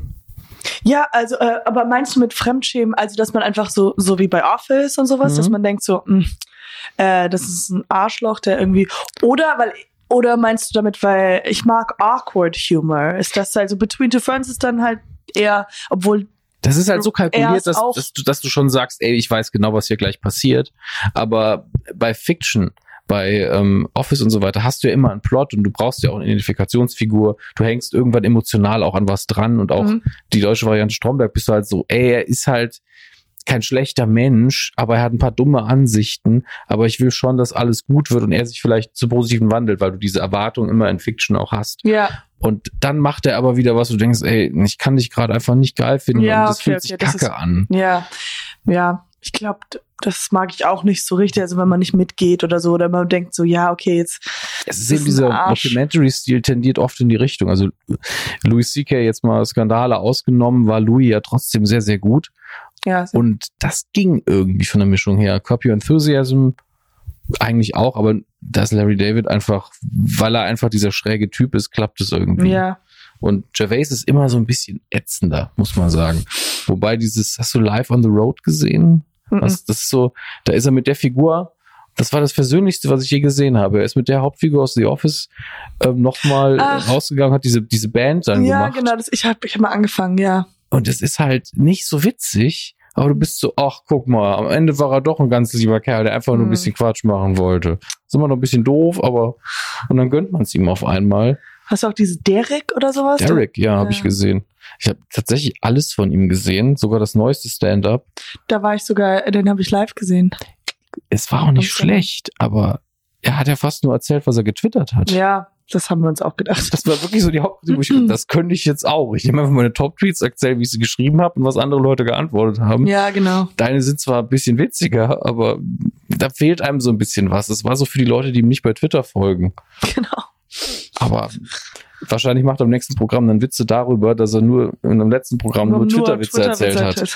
Ja, also, äh, aber meinst du mit Fremdschämen, also dass man einfach so, so wie bei Office und sowas, Mhm. dass man denkt so, mh, äh, das ist ein Arschloch, der irgendwie, oder weil, oder meinst du damit, weil ich mag awkward Humor? Ist das also Between Two Ferns ist dann halt eher, obwohl Das ist halt so Er kalkuliert, ist dass, auch- dass, du, dass du schon sagst, ey, ich weiß genau, was hier gleich passiert. Aber bei Fiction, bei ähm, Office und so weiter, hast du ja immer einen Plot und du brauchst ja auch eine Identifikationsfigur. Du hängst irgendwann emotional auch an was dran und auch Mhm. die deutsche Variante Stromberg bist du halt so, ey, er ist halt kein schlechter Mensch, aber er hat ein paar dumme Ansichten, aber ich will schon, dass alles gut wird und er sich vielleicht zu Positiven wandelt, weil du diese Erwartung immer in Fiction auch hast. ja, Und dann macht er aber wieder was, du denkst, ey, ich kann dich gerade einfach nicht geil finden Ja, und das okay, fühlt okay, sich das kacke ist- an. ja, ja. Ich glaube, das mag ich auch nicht so richtig, also wenn man nicht mitgeht oder so, oder man denkt so, ja, okay, jetzt. Es ist Das eben ist ein dieser Arsch. Documentary-Stil tendiert oft in die Richtung. Also Louis C K jetzt mal Skandale ausgenommen, war Louis ja trotzdem sehr, sehr gut. Ja, Und das ging irgendwie von der Mischung her. Curb Your Enthusiasm eigentlich auch, aber das Larry David einfach, weil er einfach dieser schräge Typ ist, klappt es irgendwie. ja. Und Gervais ist immer so ein bisschen ätzender, muss man sagen. Wobei dieses, hast du Live on the Road gesehen? Mhm. Was, das ist so, da ist er mit der Figur, das war das Versöhnlichste, was ich je gesehen habe. Er ist mit der Hauptfigur aus The Office ähm, nochmal Ach. rausgegangen, hat diese, diese Band dann Ja, gemacht. genau, das, ich habe ich hab mal angefangen, ja. Und es ist halt nicht so witzig, aber du bist so, ach, guck mal, am Ende war er doch ein ganz lieber Kerl, der einfach nur ein Mhm. bisschen Quatsch machen wollte. Ist immer noch ein bisschen doof, aber und dann gönnt man es ihm auf einmal. Hast du auch diese Derek oder sowas? Derek, ja, habe Ja. ich gesehen. Ich habe tatsächlich alles von ihm gesehen, sogar das neueste Stand-up. Da war ich sogar, den habe ich live gesehen. Es war auch nicht Okay. schlecht, aber er hat ja fast nur erzählt, was er getwittert hat. Ja, das haben wir uns auch gedacht. Das war wirklich so die Hauptkritik, wo ich gedacht, das könnte ich jetzt auch. Ich nehme einfach meine Top-Tweets, erzähle, wie ich sie geschrieben habe und was andere Leute geantwortet haben. Ja, genau. Deine sind zwar ein bisschen witziger, aber da fehlt einem so ein bisschen was. Das war so für die Leute, die ihm nicht bei Twitter folgen. Genau. Aber wahrscheinlich macht er im nächsten Programm dann Witze darüber, dass er nur in einem letzten Programm nur, Twitter-Witze erzählt hat.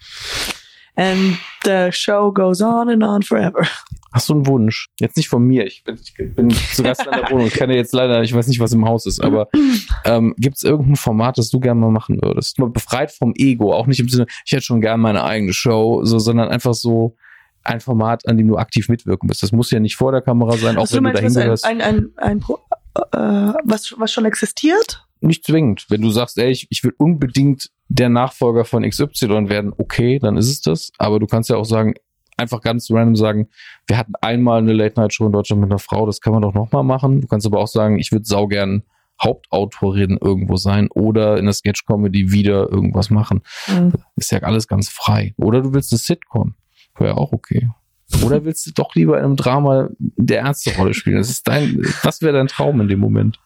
And the show goes on and on forever. Hast du einen Wunsch? Jetzt nicht von mir. Ich bin, ich bin zu Gast in der Wohnung. Ich kann ja jetzt leider, ich weiß nicht, was im Haus ist, aber ähm, gibt es irgendein Format, das du gerne mal machen würdest? Mal befreit vom Ego. Auch nicht im Sinne, ich hätte schon gerne meine eigene Show, so, sondern einfach so ein Format, an dem du aktiv mitwirken bist. Das muss ja nicht vor der Kamera sein, auch Also, wenn du du meinst, dahin was ein, gehörst. ein, ein, ein, Pro- äh, was, was schon existiert? Nicht zwingend. Wenn du sagst, ey, ich, ich will unbedingt der Nachfolger von X Y werden, okay, dann ist es das. Aber du kannst ja auch sagen, einfach ganz random sagen, wir hatten einmal eine Late-Night-Show in Deutschland mit einer Frau, das kann man doch nochmal machen. Du kannst aber auch sagen, ich würde saugern Hauptautorin irgendwo sein oder in der Sketch-Comedy wieder irgendwas machen. Mhm. Ist ja alles ganz frei. Oder du willst eine Sitcom. Wäre auch okay. Oder willst du doch lieber in einem Drama der Ärzte-Rolle spielen? Das ist dein, was wäre dein Traum in dem Moment?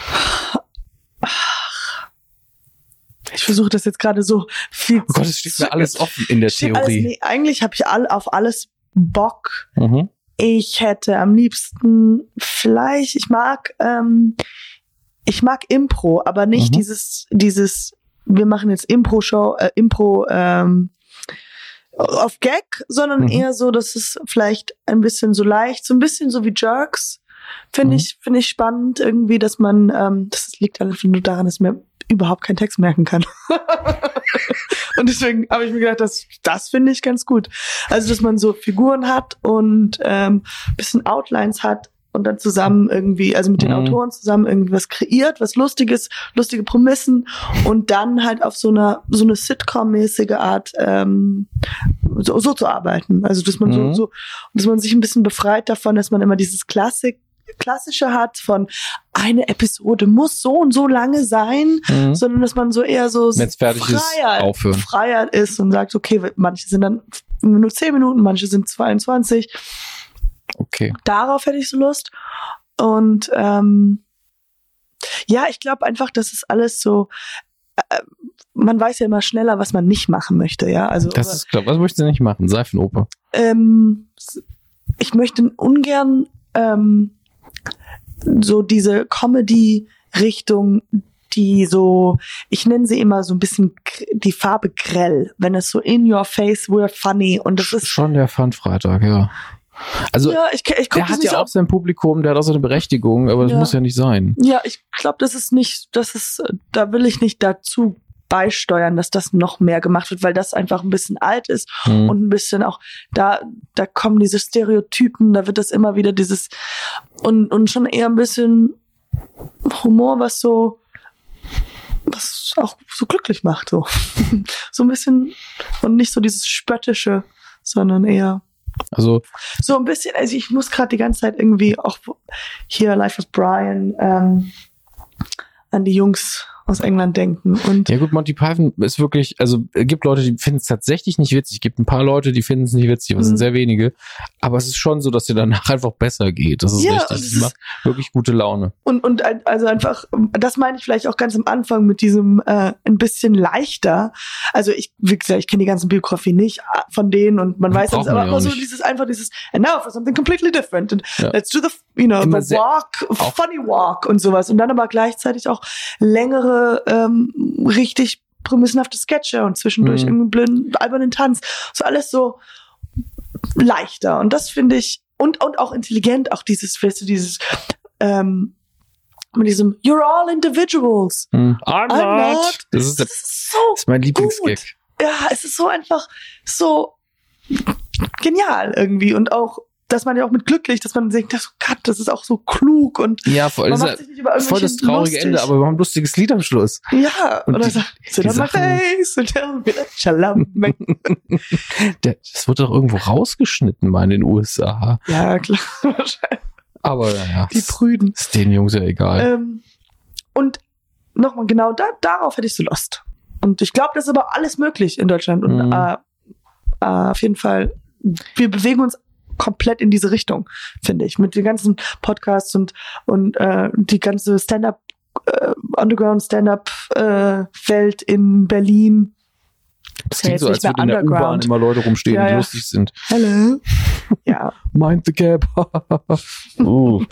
Ich versuche das jetzt gerade so viel Oh Gott, es steht mir alles offen in der Steht alles, Theorie. nee, eigentlich habe ich all, auf alles Bock. Mhm. ich hätte am liebsten vielleicht, ich mag, ähm, ich mag Impro, aber nicht Mhm. dieses, dieses, wir machen jetzt Impro-Show, äh, Impro, ähm, auf Gag, sondern Mhm. eher so, dass es vielleicht ein bisschen so leicht, so ein bisschen so wie Jerks, finde Mhm. ich, finde ich spannend irgendwie, dass man, ähm, das liegt einfach nur daran, dass mir überhaupt keinen Text merken kann. Und deswegen habe ich mir gedacht, das, das finde ich ganz gut. Also, dass man so Figuren hat und ähm, bisschen Outlines hat und dann zusammen irgendwie, also mit den Mhm. Autoren zusammen irgendwie was kreiert, was Lustiges, lustige Prämissen und dann halt auf so einer so eine Sitcom-mäßige Art ähm, so, so zu arbeiten. Also, dass man Mhm. so, so, dass man sich ein bisschen befreit davon, dass man immer dieses Klassik Klassische hat von eine Episode muss so und so lange sein, Mhm. sondern dass man so eher so Wenn's fertig ist, Freiheit, aufhören. Freiheit ist und sagt, okay, manche sind dann nur zehn Minuten, manche sind zweiundzwanzig. Okay. Darauf hätte ich so Lust. Und ähm, ja, ich glaube einfach, das ist alles so, äh, man weiß ja immer schneller, was man nicht machen möchte, ja. Also Das aber, ist klar. Was möchtest du nicht machen? Seifenoper. ähm, ich möchte ungern ähm, so diese Comedy-Richtung, die so, ich nenne sie immer so ein bisschen gr- die Farbe grell, wenn es so in your face, we're funny und das ist, Schon der Fun-Freitag, ja. Also, ja, ich, ich gucke der das hat nicht ja so auch sein Publikum, der hat auch seine Berechtigung, aber das Ja. muss ja nicht sein. Ja, ich glaube, das ist nicht, das ist, da will ich nicht dazu beisteuern, dass das noch mehr gemacht wird, weil das einfach ein bisschen alt ist Hm. und ein bisschen auch, da, da kommen diese Stereotypen, da wird das immer wieder dieses, und, und schon eher ein bisschen Humor, was so, was auch so glücklich macht, so. So ein bisschen, und nicht so dieses Spöttische, sondern eher, Also, so ein bisschen, also ich muss gerade die ganze Zeit irgendwie auch hier Life of Brian ähm, an die Jungs aus England denken. Und ja gut, Monty Python ist wirklich, also es gibt Leute, die finden es tatsächlich nicht witzig. Es gibt ein paar Leute, die finden es nicht witzig, aber es sind Mhm. sehr wenige. Aber es ist schon so, dass dir danach einfach besser geht. Das ist Ja, richtig. das Das ist- macht wirklich gute Laune. Und, und ein- also einfach, das meine ich vielleicht auch ganz am Anfang mit diesem äh, ein bisschen leichter. Also ich, wie gesagt, ich kenne die ganzen Biografie nicht äh, von denen und man weiß Braucht das, aber man ja immer auch so nicht. dieses, einfach dieses, and now for something completely different. And Ja. let's do the, you know, Immer the sehr- walk, auch- funny walk und sowas. Und dann aber gleichzeitig auch längere, ähm, richtig prämissenhafte Sketche und zwischendurch Mhm. irgendeinen blöden, albernen Tanz. So alles so leichter. Und das finde ich, und, und auch intelligent, auch dieses, weißt du, dieses, ähm, mit diesem You're all individuals. Hm. I'm, I'm not. Das ist, Das das ist so, ist mein Lieblingsgag. ja, es ist so einfach so genial irgendwie. Und auch, dass man ja auch mit glücklich, dass man denkt, das, Gott, das ist auch so klug und Ja, voll, man das macht ist sich nicht über ja voll das irgendwelche traurige lustig. Ende, aber wir haben ein lustiges Lied am Schluss. Ja, Und oder die- so, sit die on my Sachen- face and tell me that Shalom. Der, das wird doch irgendwo rausgeschnitten, mal in den U S A. Ja, klar, wahrscheinlich. Aber naja, Die Prüden. ist den Jungs ja egal. Ähm, und nochmal, genau da, darauf hätte ich so Lust. Und ich glaube, das ist aber alles möglich in Deutschland. Und Mhm. äh, äh, auf jeden Fall, wir bewegen uns komplett in diese Richtung, finde ich. Mit den ganzen Podcasts und, und äh, die ganze Stand-up, äh, Underground Stand-up-Welt in Berlin. Das ja klingt so, jetzt als nicht mehr würden in der U-Bahn Underground. immer Leute rumstehen, Ja, die ja. lustig sind. Hello. Ja. Mind the gap. uh.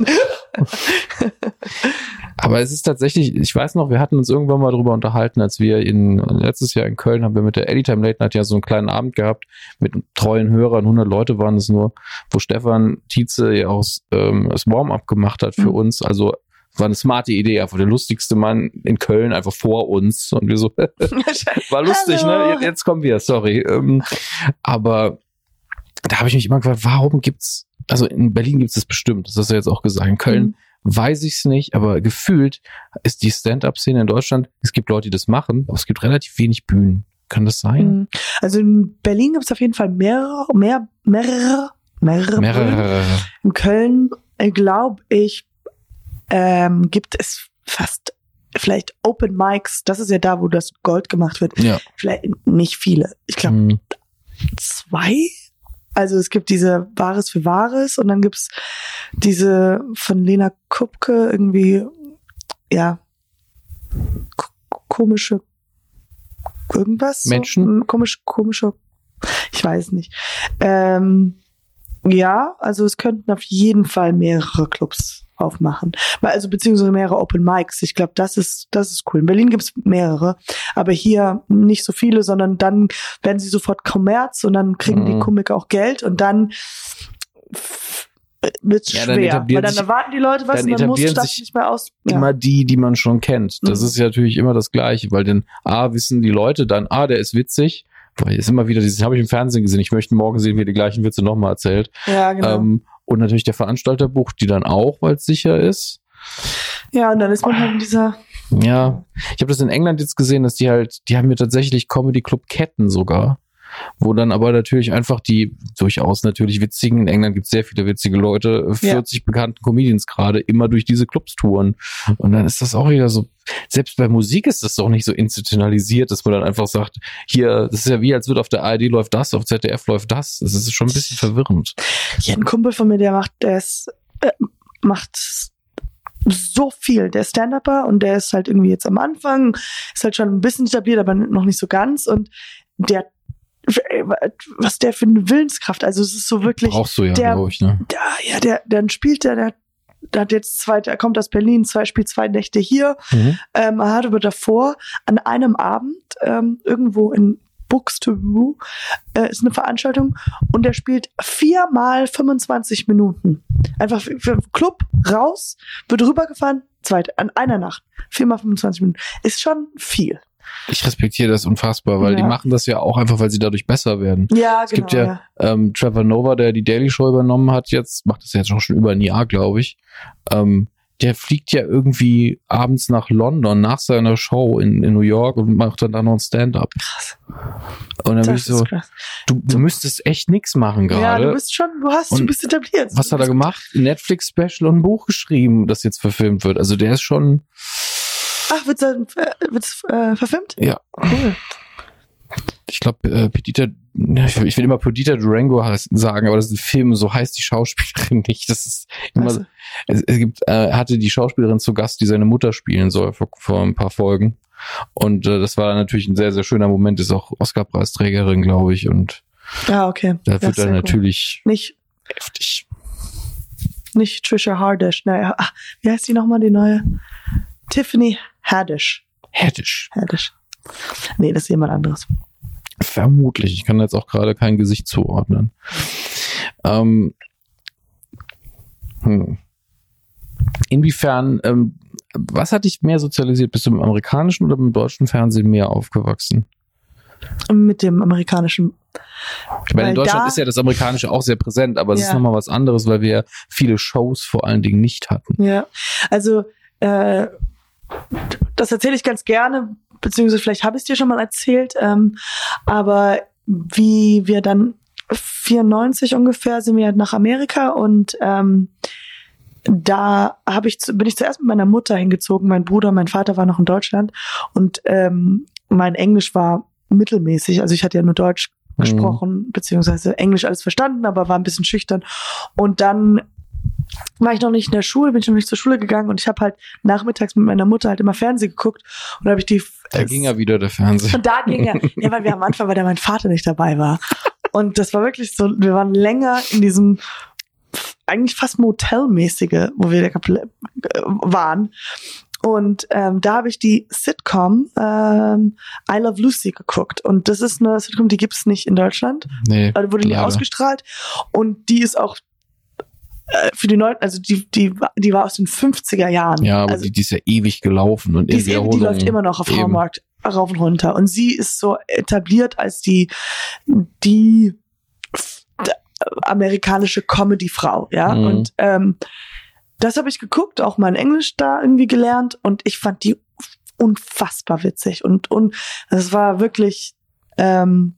Aber es ist tatsächlich, ich weiß noch, wir hatten uns irgendwann mal drüber unterhalten, als wir in, letztes Jahr in Köln haben wir mit der Anytime Late Night ja so einen kleinen Abend gehabt mit treuen Hörern, hundert Leute waren es nur, wo Stefan Tietze ja auch ähm, das Warm-up gemacht hat für Mhm. uns, also war eine smarte Idee, einfach der lustigste Mann in Köln, einfach vor uns und wir so, war lustig, Hallo. ne? Jetzt, jetzt kommen wir, sorry. Ähm, aber da habe ich mich immer gefragt, warum gibt's, also in Berlin gibt es das bestimmt, das hast du jetzt auch gesagt, in Köln Mhm. weiß ich es nicht, aber gefühlt ist die Stand-up-Szene in Deutschland, es gibt Leute, die das machen, aber es gibt relativ wenig Bühnen. Kann das sein? Mhm. Also in Berlin gibt es auf jeden Fall mehrere, mehr, mehrere, mehrere. Bühnen. Mehrere. In Köln, glaube ich, ähm, gibt es fast vielleicht Open Mics. Das ist ja da, wo das Gold gemacht wird. Ja. Vielleicht nicht viele. Ich glaube Hm. zwei. Also es gibt diese Wahres für Wahres und dann gibt's diese von Lena Kupke irgendwie, ja, k- komische irgendwas. Menschen? So, komisch, komische, ich weiß nicht. Ähm, Ja, also es könnten auf jeden Fall mehrere Clubs aufmachen. Also beziehungsweise mehrere Open Mics. Ich glaube, das ist, das ist cool. In Berlin gibt's mehrere, aber hier nicht so viele, sondern dann werden sie sofort Kommerz und dann kriegen mhm. die Komiker auch Geld und dann wird's ja, schwer. Dann weil dann erwarten die Leute was und dann muss das nicht mehr aus. Ja. Immer die, die man schon kennt. Das mhm. ist ja natürlich immer das Gleiche, weil dann A, wissen die Leute dann, ah, der ist witzig. Weil ist immer wieder dieses, habe ich im Fernsehen gesehen, ich möchte morgen sehen, wie er die gleichen Witze nochmal erzählt. Ja, genau. Ähm, und natürlich der Veranstalter bucht die dann auch, weil es sicher ist. Ja, und dann ist man halt in dieser... Ja, ich habe das in England jetzt gesehen, dass die halt, die haben ja tatsächlich Comedy-Club-Ketten sogar, wo dann aber natürlich einfach die durchaus natürlich witzigen, in England gibt es sehr viele witzige Leute, vierzig ja. bekannten Comedians gerade, immer durch diese Clubs touren. Und dann ist das auch wieder so, selbst bei Musik ist das doch nicht so institutionalisiert, dass man dann einfach sagt, hier, das ist ja wie, als würde auf der A R D läuft das, auf Z D F läuft das. Das ist schon ein bisschen verwirrend. Ja, ein Kumpel von mir, der macht, der ist, äh, macht so viel. Der ist Stand-Upper und der ist halt irgendwie jetzt am Anfang, ist halt schon ein bisschen etabliert, aber noch nicht so ganz. Und der was der für eine Willenskraft, also es ist so wirklich. Brauchst du ja, der, glaube ich, ne? Der, ja, der, dann spielt der, der, der hat jetzt zwei, er kommt aus Berlin, zwei, spielt zwei Nächte hier. Mhm. Ähm, er hat aber davor an einem Abend ähm, irgendwo in Buxtehude äh, ist eine Veranstaltung und der spielt viermal fünfundzwanzig Minuten. Einfach für, für Club raus, wird rübergefahren, zweite, an einer Nacht. Viermal fünfundzwanzig Minuten. Ist schon viel. Ich respektiere das unfassbar, weil ja. die machen das ja auch einfach, weil sie dadurch besser werden. Ja, es genau. gibt ja, ja. Ähm, Trevor Noah, der die Daily Show übernommen hat jetzt, macht das jetzt auch schon über ein Jahr, glaube ich. Ähm, der fliegt ja irgendwie abends nach London nach seiner Show in, in New York und macht dann da noch ein Stand-up. Krass. Und dann bin ich so, du, du müsstest echt nix machen gerade. Ja, du bist schon, du hast, und du bist etabliert. Was hat er gemacht? Ein Netflix-Special und ein Buch geschrieben, das jetzt verfilmt wird. Also der ist schon... Ach, wird's, äh, wird's äh, verfilmt? Ja. Cool. Ich glaube, äh, Perdita, ich will immer Perdita Durango sagen, aber das ist ein Film, so heißt die Schauspielerin nicht. Das ist immer, also. es, es gibt, äh, er hatte die Schauspielerin zu Gast, die seine Mutter spielen soll vor, vor ein paar Folgen. Und äh, das war natürlich ein sehr, sehr schöner Moment, ist auch Oscar-Preisträgerin, glaube ich. Und ah, okay. da wird dann natürlich cool. Nicht heftig. Nicht Trisha Hardish, naja, ach, wie heißt die nochmal, die neue? Tiffany Haddish. Haddish. Haddish. Nee, das ist jemand anderes. Vermutlich. Ich kann jetzt auch gerade kein Gesicht zuordnen. Ähm, hm. Inwiefern, ähm, was hat dich mehr sozialisiert? Bist du im amerikanischen oder im deutschen Fernsehen mehr aufgewachsen? Mit dem amerikanischen. Ich meine, in Deutschland ist ja das Amerikanische auch sehr präsent, aber es ja. ist nochmal was anderes, weil wir viele Shows vor allen Dingen nicht hatten. Ja, also äh, das erzähle ich ganz gerne, beziehungsweise vielleicht habe ich es dir schon mal erzählt, ähm, aber wie wir dann vierundneunzig ungefähr sind wir nach Amerika und ähm, da habe ich bin ich zuerst mit meiner Mutter hingezogen, mein Bruder, mein Vater war noch in Deutschland und ähm, mein Englisch war mittelmäßig, also ich hatte ja nur Deutsch gesprochen, mhm. beziehungsweise Englisch alles verstanden, aber war ein bisschen schüchtern und dann war ich noch nicht in der Schule, bin ich noch nicht zur Schule gegangen und ich habe halt nachmittags mit meiner Mutter halt immer Fernsehen geguckt und da habe ich die... Da ging ja wieder der Fernseher. Und da ging er, ja, weil wir am Anfang, weil da mein Vater nicht dabei war. Und das war wirklich so, wir waren länger in diesem eigentlich fast Motelmäßige, wo wir da waren. Und ähm, da habe ich die Sitcom ähm, I Love Lucy geguckt. Und das ist eine Sitcom, die gibt's nicht in Deutschland. Nee, also wurde nie ausgestrahlt. Und die ist auch für die neuen, also die, die, die war aus den fünfziger Jahren. Ja, aber also, die, die ist ja ewig gelaufen und die, ist eben, die läuft immer noch auf Hallmark rauf und runter. Und sie ist so etabliert als die, die amerikanische Comedy-Frau, ja. Mhm. Und ähm, das habe ich geguckt, auch mein Englisch da irgendwie gelernt und ich fand die unfassbar witzig. Und, und es war wirklich ähm,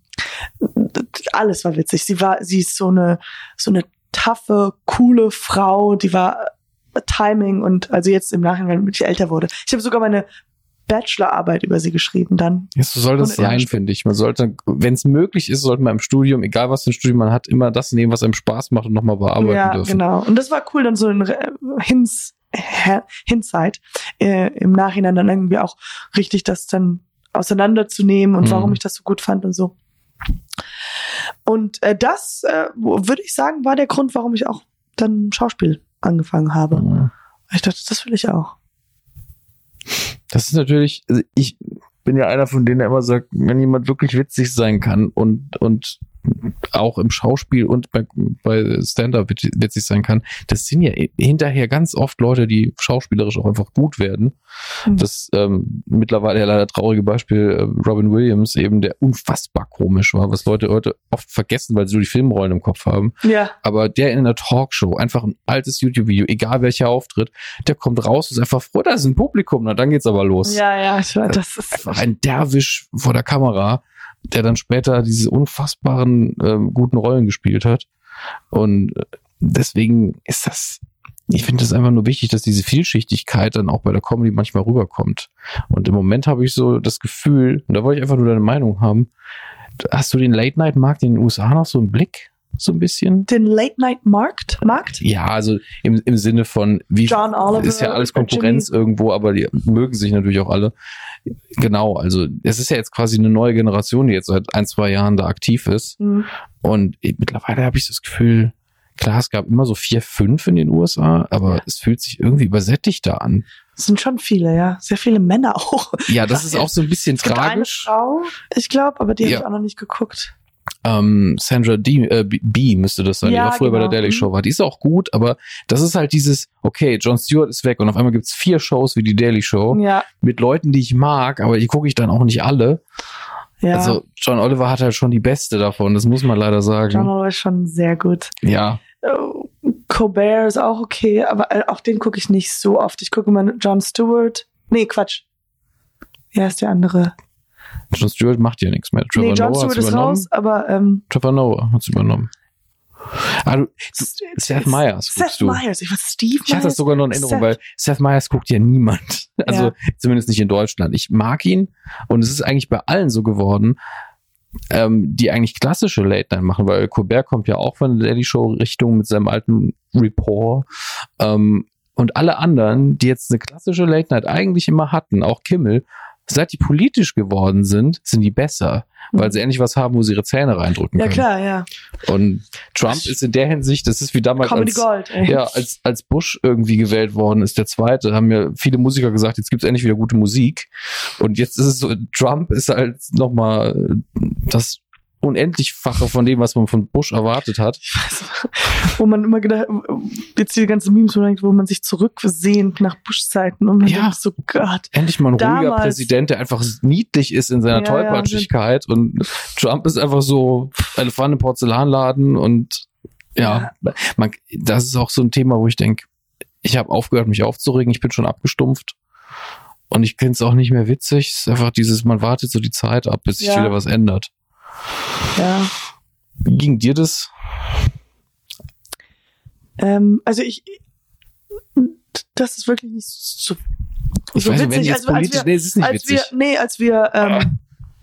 alles war witzig. Sie war, sie ist so eine, so eine taffe, coole Frau, die war Timing und also jetzt im Nachhinein, wenn ich älter wurde. Ich habe sogar meine Bachelorarbeit über sie geschrieben dann. Ja, so soll das sein, finde ich. Man sollte, wenn es möglich ist, sollte man im Studium, egal was für ein Studium man hat, immer das nehmen, was einem Spaß macht und nochmal bearbeiten ja, dürfen. Ja, genau. Und das war cool, dann so in Hins, Hindsight äh, im Nachhinein dann irgendwie auch richtig das dann auseinanderzunehmen und mhm. warum ich das so gut fand und so. Und äh, das, äh, würde ich sagen, war der Grund, warum ich auch dann Schauspiel angefangen habe. Mhm. Ich dachte, das will ich auch. Das ist natürlich, also ich bin ja einer von denen, der immer sagt, wenn jemand wirklich witzig sein kann und, und auch im Schauspiel und bei, bei Stand-up witzig sein kann, das sind ja hinterher ganz oft Leute, die schauspielerisch auch einfach gut werden. Mhm. Das ähm, mittlerweile ja leider traurige Beispiel äh, Robin Williams eben, der unfassbar komisch war, was Leute heute oft vergessen, weil sie nur die Filmrollen im Kopf haben. Ja. Aber der in einer Talkshow, einfach ein altes YouTube-Video, egal welcher Auftritt, der kommt raus, ist einfach froh, da ist ein Publikum, na dann geht's aber los. Ja, ja, ich weiß, das ist einfach ein Derwisch vor der Kamera, der dann später diese unfassbaren ähm, guten Rollen gespielt hat. Und deswegen ist das, ich finde es einfach nur wichtig, dass diese Vielschichtigkeit dann auch bei der Comedy manchmal rüberkommt. Und im Moment habe ich so das Gefühl, und da wollte ich einfach nur deine Meinung haben, hast du den Late-Night-Markt in den U S A noch so im Blick? So ein bisschen? Den Late-Night-Markt? Markt? Ja, also im, im Sinne von, wie John Oliver, ist ja alles Konkurrenz Jimmy. Irgendwo, aber die mögen sich natürlich auch alle. Genau, also es ist ja jetzt quasi eine neue Generation, die jetzt seit ein, zwei Jahren da aktiv ist. Mhm. Und mittlerweile habe ich das Gefühl, klar, es gab immer so vier, fünf in den U S A, aber ja. Es fühlt sich irgendwie übersättigter an. Es sind schon viele, ja. Sehr viele Männer auch. Ja, das ist auch so ein bisschen es gibt tragisch. Eine Frau, ich glaube, aber die ja. habe ich auch noch nicht geguckt. Ähm, Sandra D, äh, B müsste das sein, ja, die auch früher genau. bei der Daily Show war. Die ist auch gut, aber das ist halt dieses, okay, Jon Stewart ist weg und auf einmal gibt's vier Shows wie die Daily Show ja. mit Leuten, die ich mag, aber die gucke ich dann auch nicht alle. Ja. Also John Oliver hat halt schon die beste davon, das muss man leider sagen. John Oliver ist schon sehr gut. Ja. Colbert ist auch okay, aber auch den gucke ich nicht so oft. Ich gucke immer Jon Stewart. Nee, Quatsch. Ja, ist der andere. Jon Stewart macht ja nichts mehr. Trevor nee, Jon Noah Stewart hat's ist übernommen. raus, aber ähm, Trevor Noah hat's übernommen. Ah, du, Seth Meyers guckst Seth du. Meyers, ich weiß, Steve Meyers. Ich hatte das sogar noch in Erinnerung, Seth. weil Seth Meyers guckt ja niemand. Also Ja. zumindest nicht in Deutschland. Ich mag ihn und es ist eigentlich bei allen so geworden, ähm, die eigentlich klassische Late Night machen, weil Colbert kommt ja auch von der Daily Show Richtung mit seinem alten Report. Ähm, und alle anderen, die jetzt eine klassische Late Night eigentlich immer hatten, auch Kimmel, seit die politisch geworden sind, sind die besser, weil sie endlich was haben, wo sie ihre Zähne reindrücken Ja, können. klar, ja. Und Trump ist in der Hinsicht, das ist wie damals, Comedy als, Gold, ey. ja, als, als Bush irgendwie gewählt worden ist, der Zweite, haben ja viele Musiker gesagt, jetzt gibt's endlich wieder gute Musik. Und jetzt ist es so, Trump ist halt nochmal das Unendlichfache von dem, was man von Bush erwartet hat. Ich weiß, wo man immer gedacht, jetzt die ganzen Memes, wo man, denkt, wo man sich zurücksehnt nach Bush-Zeiten und man Ja. denkt so, Gott. Endlich mal ein ruhiger Damals- Präsident, der einfach niedlich ist in seiner Ja, Tollpatschigkeit. Und Trump ist einfach so Elefant im Porzellanladen. Und ja, man, das ist auch so ein Thema, wo ich denke, ich habe aufgehört, mich aufzuregen. Ich bin schon abgestumpft. Und ich finde es auch nicht mehr witzig. Es ist einfach dieses, man wartet so die Zeit ab, bis sich Ja. wieder was ändert. Ja. Wie ging dir das? Ähm, also ich, das ist wirklich nicht so, Ich so weiß nicht, wenn witzig. jetzt Also, als politisch, wir, nee, es ist nicht als witzig. wir, nee, als wir, ähm,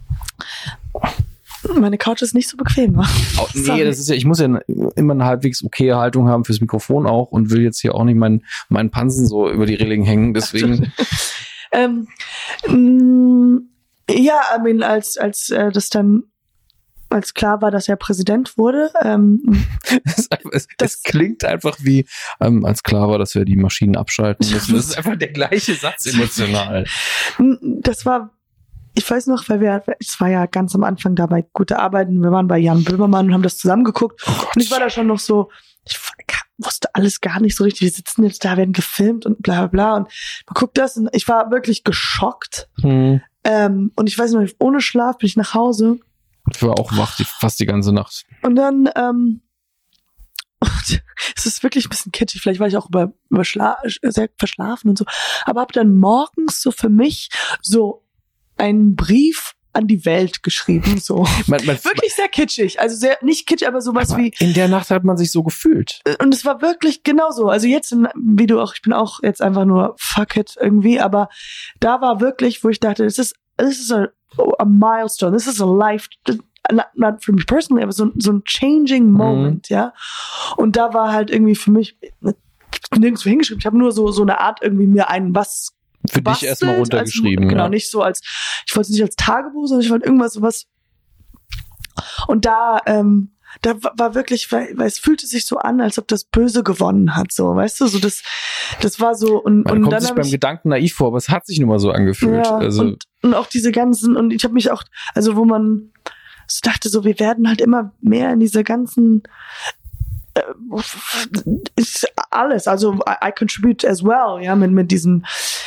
meine Couch ist nicht so bequem. Oh, nee, das ist ja, ich muss ja immer eine halbwegs okaye Haltung haben fürs Mikrofon auch und will jetzt hier auch nicht meinen, meinen Pansen so über die Reling hängen, deswegen. ähm, mh, ja, I mean, als, als äh, das dann, als klar war, dass er Präsident wurde, ähm, Es, ist einfach, es, Das- es klingt einfach wie, ähm, als klar war, dass wir die Maschinen abschalten müssen. Das ist einfach der gleiche Satz emotional. das war, ich weiß noch, weil wir, es war ja ganz am Anfang da bei Gute Arbeiten, wir waren bei Jan Böhmermann und haben das zusammengeguckt und ich war da schon noch so, ich wusste alles gar nicht so richtig, wir sitzen jetzt da, werden gefilmt und bla bla bla und man guckt das und ich war wirklich geschockt Hm. ähm, und ich weiß noch, ohne Schlaf bin ich nach Hause. Ich war auch wach die, fast die ganze Nacht. Und dann, ähm, und es ist wirklich ein bisschen kitschig, vielleicht war ich auch über, über Schla- sehr verschlafen und so, aber habe dann morgens so für mich so einen Brief an die Welt geschrieben, so. Man, man, Wirklich sehr kitschig, also sehr, nicht kitschig, aber sowas aber wie, in der Nacht hat man sich so gefühlt. und es war wirklich genauso, also jetzt, wie du auch, ich bin auch jetzt einfach nur fuck it irgendwie, aber da war wirklich, wo ich dachte, es ist, es ist a, a milestone, this is a life, not, not for me personally, aber so, so ein changing moment, mhm. ja. Und da war halt irgendwie für mich, ich bin nirgendwo hingeschrieben, ich habe nur so, so eine Art irgendwie mir ein was Für dich erstmal runtergeschrieben. Als, genau, ja. nicht so als, ich wollte es nicht als Tagebuch, sondern ich wollte irgendwas, sowas Und da, ähm, da war wirklich, weil, weil es fühlte sich so an, als ob das Böse gewonnen hat, so, weißt du, so das, das war so und, Man und kommt dann sich hab beim ich, Gedanken naiv vor, aber es hat sich nun mal so angefühlt. ja, also und, und auch diese ganzen, und ich habe mich auch, also wo man so dachte, so wir werden halt immer mehr in diese ganzen äh, ist alles, also I, I contribute as well, ja, mit mit diesem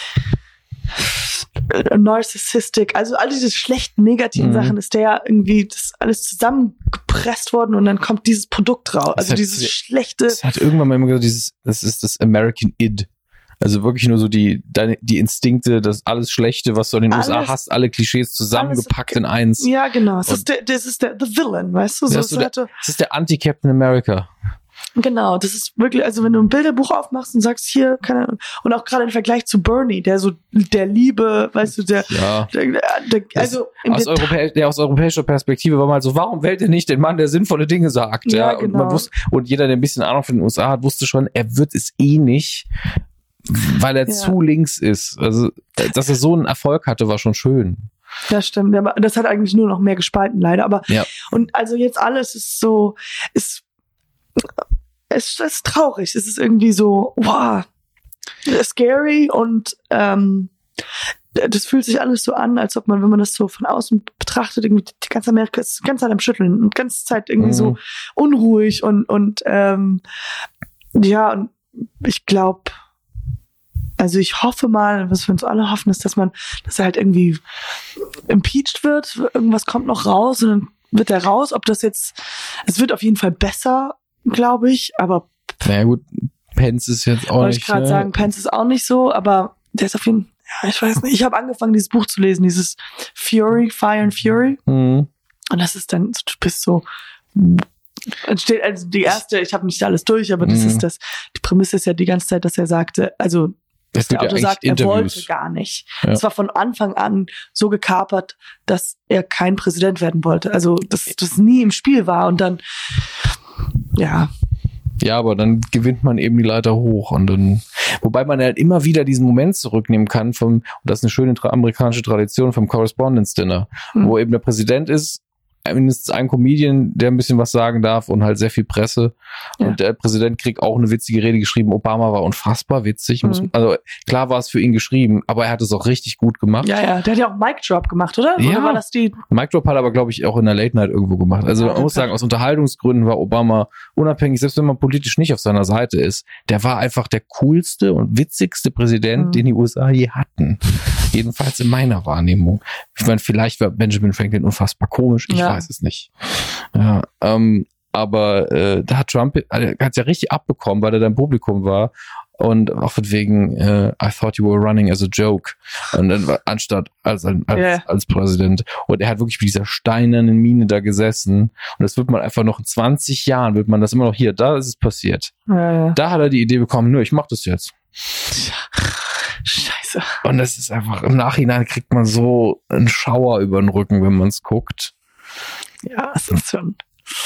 Narcissistic, also all diese schlechten, negativen Mhm. Sachen, ist der ja irgendwie das alles zusammengepresst worden und dann kommt dieses Produkt raus. Also hat- dieses schlechte. es hat irgendwann mal immer gesagt, dieses, das ist das American Id. Also wirklich nur so die, deine, die Instinkte, das alles Schlechte, was du in den Alles- U S A hast, alle Klischees zusammengepackt in eins. Ja, genau. Es Und- ist der, das ist der the Villain, weißt du? So, Das es ist der- hatte, Das ist der Anti-Captain America. genau, das ist wirklich, also wenn du ein Bilderbuch aufmachst und sagst hier, keine Ahnung, und auch gerade im Vergleich zu Bernie, der so der Liebe, weißt du, der, Ja. der, der also im Aus, Detail- Europäi ja, aus europäischer Perspektive war mal so, warum wählt er nicht den Mann, der sinnvolle Dinge sagt? Ja, Ja, und man genau. wusste, und jeder, der ein bisschen Ahnung von den U S A hat, wusste schon, er wird es eh nicht, weil er Ja. zu links ist. Also, dass er so einen Erfolg hatte, war schon schön. Das stimmt, aber das hat eigentlich nur noch mehr gespalten, leider. Aber Ja. und also jetzt alles ist so, ist es ist traurig. Es ist irgendwie so, wow, scary und ähm, das fühlt sich alles so an, als ob man, wenn man das so von außen betrachtet, irgendwie die ganze Amerika ist die ganze Zeit am Schütteln und die ganze Zeit irgendwie Mhm. so unruhig und und ähm, ja, und ich glaube, also ich hoffe mal, was wir uns alle hoffen, ist, dass man, dass er halt irgendwie impeached wird, irgendwas kommt noch raus und dann wird er raus. Ob das jetzt, es wird auf jeden Fall besser, glaube ich, aber Naja, gut, Pence ist jetzt auch wollte ich nicht. gerade ne? sagen, Pence ist auch nicht so, aber der ist auf jeden Fall, ja, ich weiß nicht, ich habe angefangen, dieses Buch zu lesen, dieses Fury, Fire and Fury, Mhm. und das ist dann, du bist so, entsteht, also die erste, ich habe nicht alles durch, aber das Mhm. ist das, die Prämisse ist ja die ganze Zeit, dass er sagte, also Es der gibt ja Autor eigentlich sagt, er Interviews. wollte gar nicht. Ja. Es war von Anfang an so gekapert, dass er kein Präsident werden wollte. Also, dass das nie im Spiel war. Und dann, ja, Ja, aber dann gewinnt man eben die Leiter hoch und dann, wobei man halt immer wieder diesen Moment zurücknehmen kann vom, und das ist eine schöne tra- amerikanische Tradition vom Correspondence Dinner, Hm. wo eben der Präsident ist, mindestens ein Comedian, der ein bisschen was sagen darf und halt sehr viel Presse. Ja. Und der Präsident kriegt auch eine witzige Rede geschrieben. Obama war unfassbar witzig. Muss, Mhm. also klar war es für ihn geschrieben, aber er hat es auch richtig gut gemacht. ja, ja. Der hat ja auch Mic Drop gemacht, oder? Ja. Oder war das die? Mic Drop hat aber, glaube ich, auch in der Late Night irgendwo gemacht. Also Ah, man muss okay. sagen, aus Unterhaltungsgründen war Obama unabhängig, selbst wenn man politisch nicht auf seiner Seite ist, der war einfach der coolste und witzigste Präsident, Mhm. den die U S A je hatten. Jedenfalls in meiner Wahrnehmung. Ich meine, vielleicht war Benjamin Franklin unfassbar komisch, ich Ja. weiß es nicht. Ja, ähm, aber äh, da hat Trump äh, hat ja richtig abbekommen, weil er da im Publikum war. Und auch von wegen, äh, I thought you were running as a joke. Und dann war, anstatt als, als, Yeah. als Präsident. Und er hat wirklich mit dieser steinernen Mine da gesessen. Und das wird man einfach noch in zwanzig Jahren, wird man das immer noch hier, da ist es passiert. Ja, ja. Da hat er die Idee bekommen, nö, ich mach das jetzt. Scheiße. Und das ist einfach, im Nachhinein kriegt man so einen Schauer über den Rücken, wenn man es guckt. Ja, es ist schon.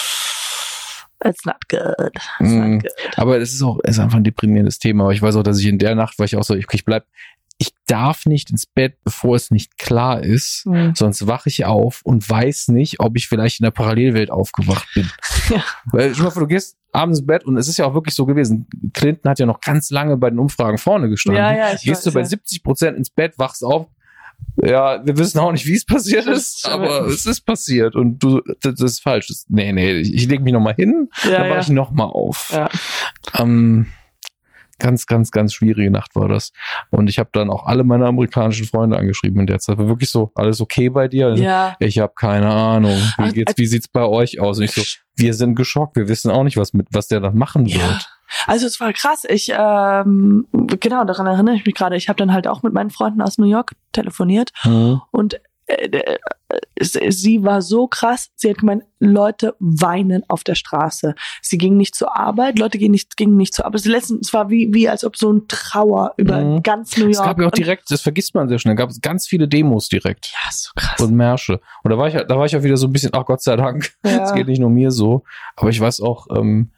It's not good. It's Mm. not good. Aber es ist auch, es ist einfach ein deprimierendes Thema. Aber ich weiß auch, dass ich in der Nacht, weil ich auch so, ich, ich bleib, ich darf nicht ins Bett, bevor es nicht klar ist. Mhm. Sonst wache ich auf und weiß nicht, ob ich vielleicht in der Parallelwelt aufgewacht bin. Ja. Weil, stell mal vor, du gehst abends ins Bett und es ist ja auch wirklich so gewesen. Clinton hat ja noch ganz lange bei den Umfragen vorne gestanden. Ja, ja, ich Gehst du weiß, bei ja. siebzig Prozent ins Bett, wachst auf. Ja, wir wissen auch nicht, wie es passiert Das ist, ist aber schlimm. es ist passiert und du, das, das ist falsch. Das, nee, nee, ich, ich lege mich nochmal hin, Ja, dann wache ja. ich nochmal auf. Ja. Ähm, ganz, ganz, ganz schwierige Nacht war das. Und ich habe dann auch alle meine amerikanischen Freunde angeschrieben in der Zeit. War wirklich so, alles okay bei dir? Also, Ja. ich habe keine Ahnung. Wie Ach, geht's, äh, wie sieht's bei euch aus? Und ich so, wir sind geschockt. Wir wissen auch nicht, was mit, was der dann machen Ja. wird. Also es war krass. Ich ähm, genau, daran erinnere ich mich gerade. Ich habe dann halt auch mit meinen Freunden aus New York telefoniert Mhm. und äh, äh, sie war so krass. Sie hat gemeint, Leute weinen auf der Straße. Sie gingen nicht zur Arbeit, Leute gingen nicht, gingen nicht zur Arbeit. Sie letzten, es war wie wie als ob so ein Trauer über Mhm. ganz New York. Es gab ja auch Und- direkt, das vergisst man sehr schnell, gab es ganz viele Demos direkt. ja, so krass. Und Märsche. Und da war ich, da war ich auch wieder so ein bisschen, ach Gott sei Dank, Ja. es geht nicht nur mir so. Aber ich weiß auch, ähm,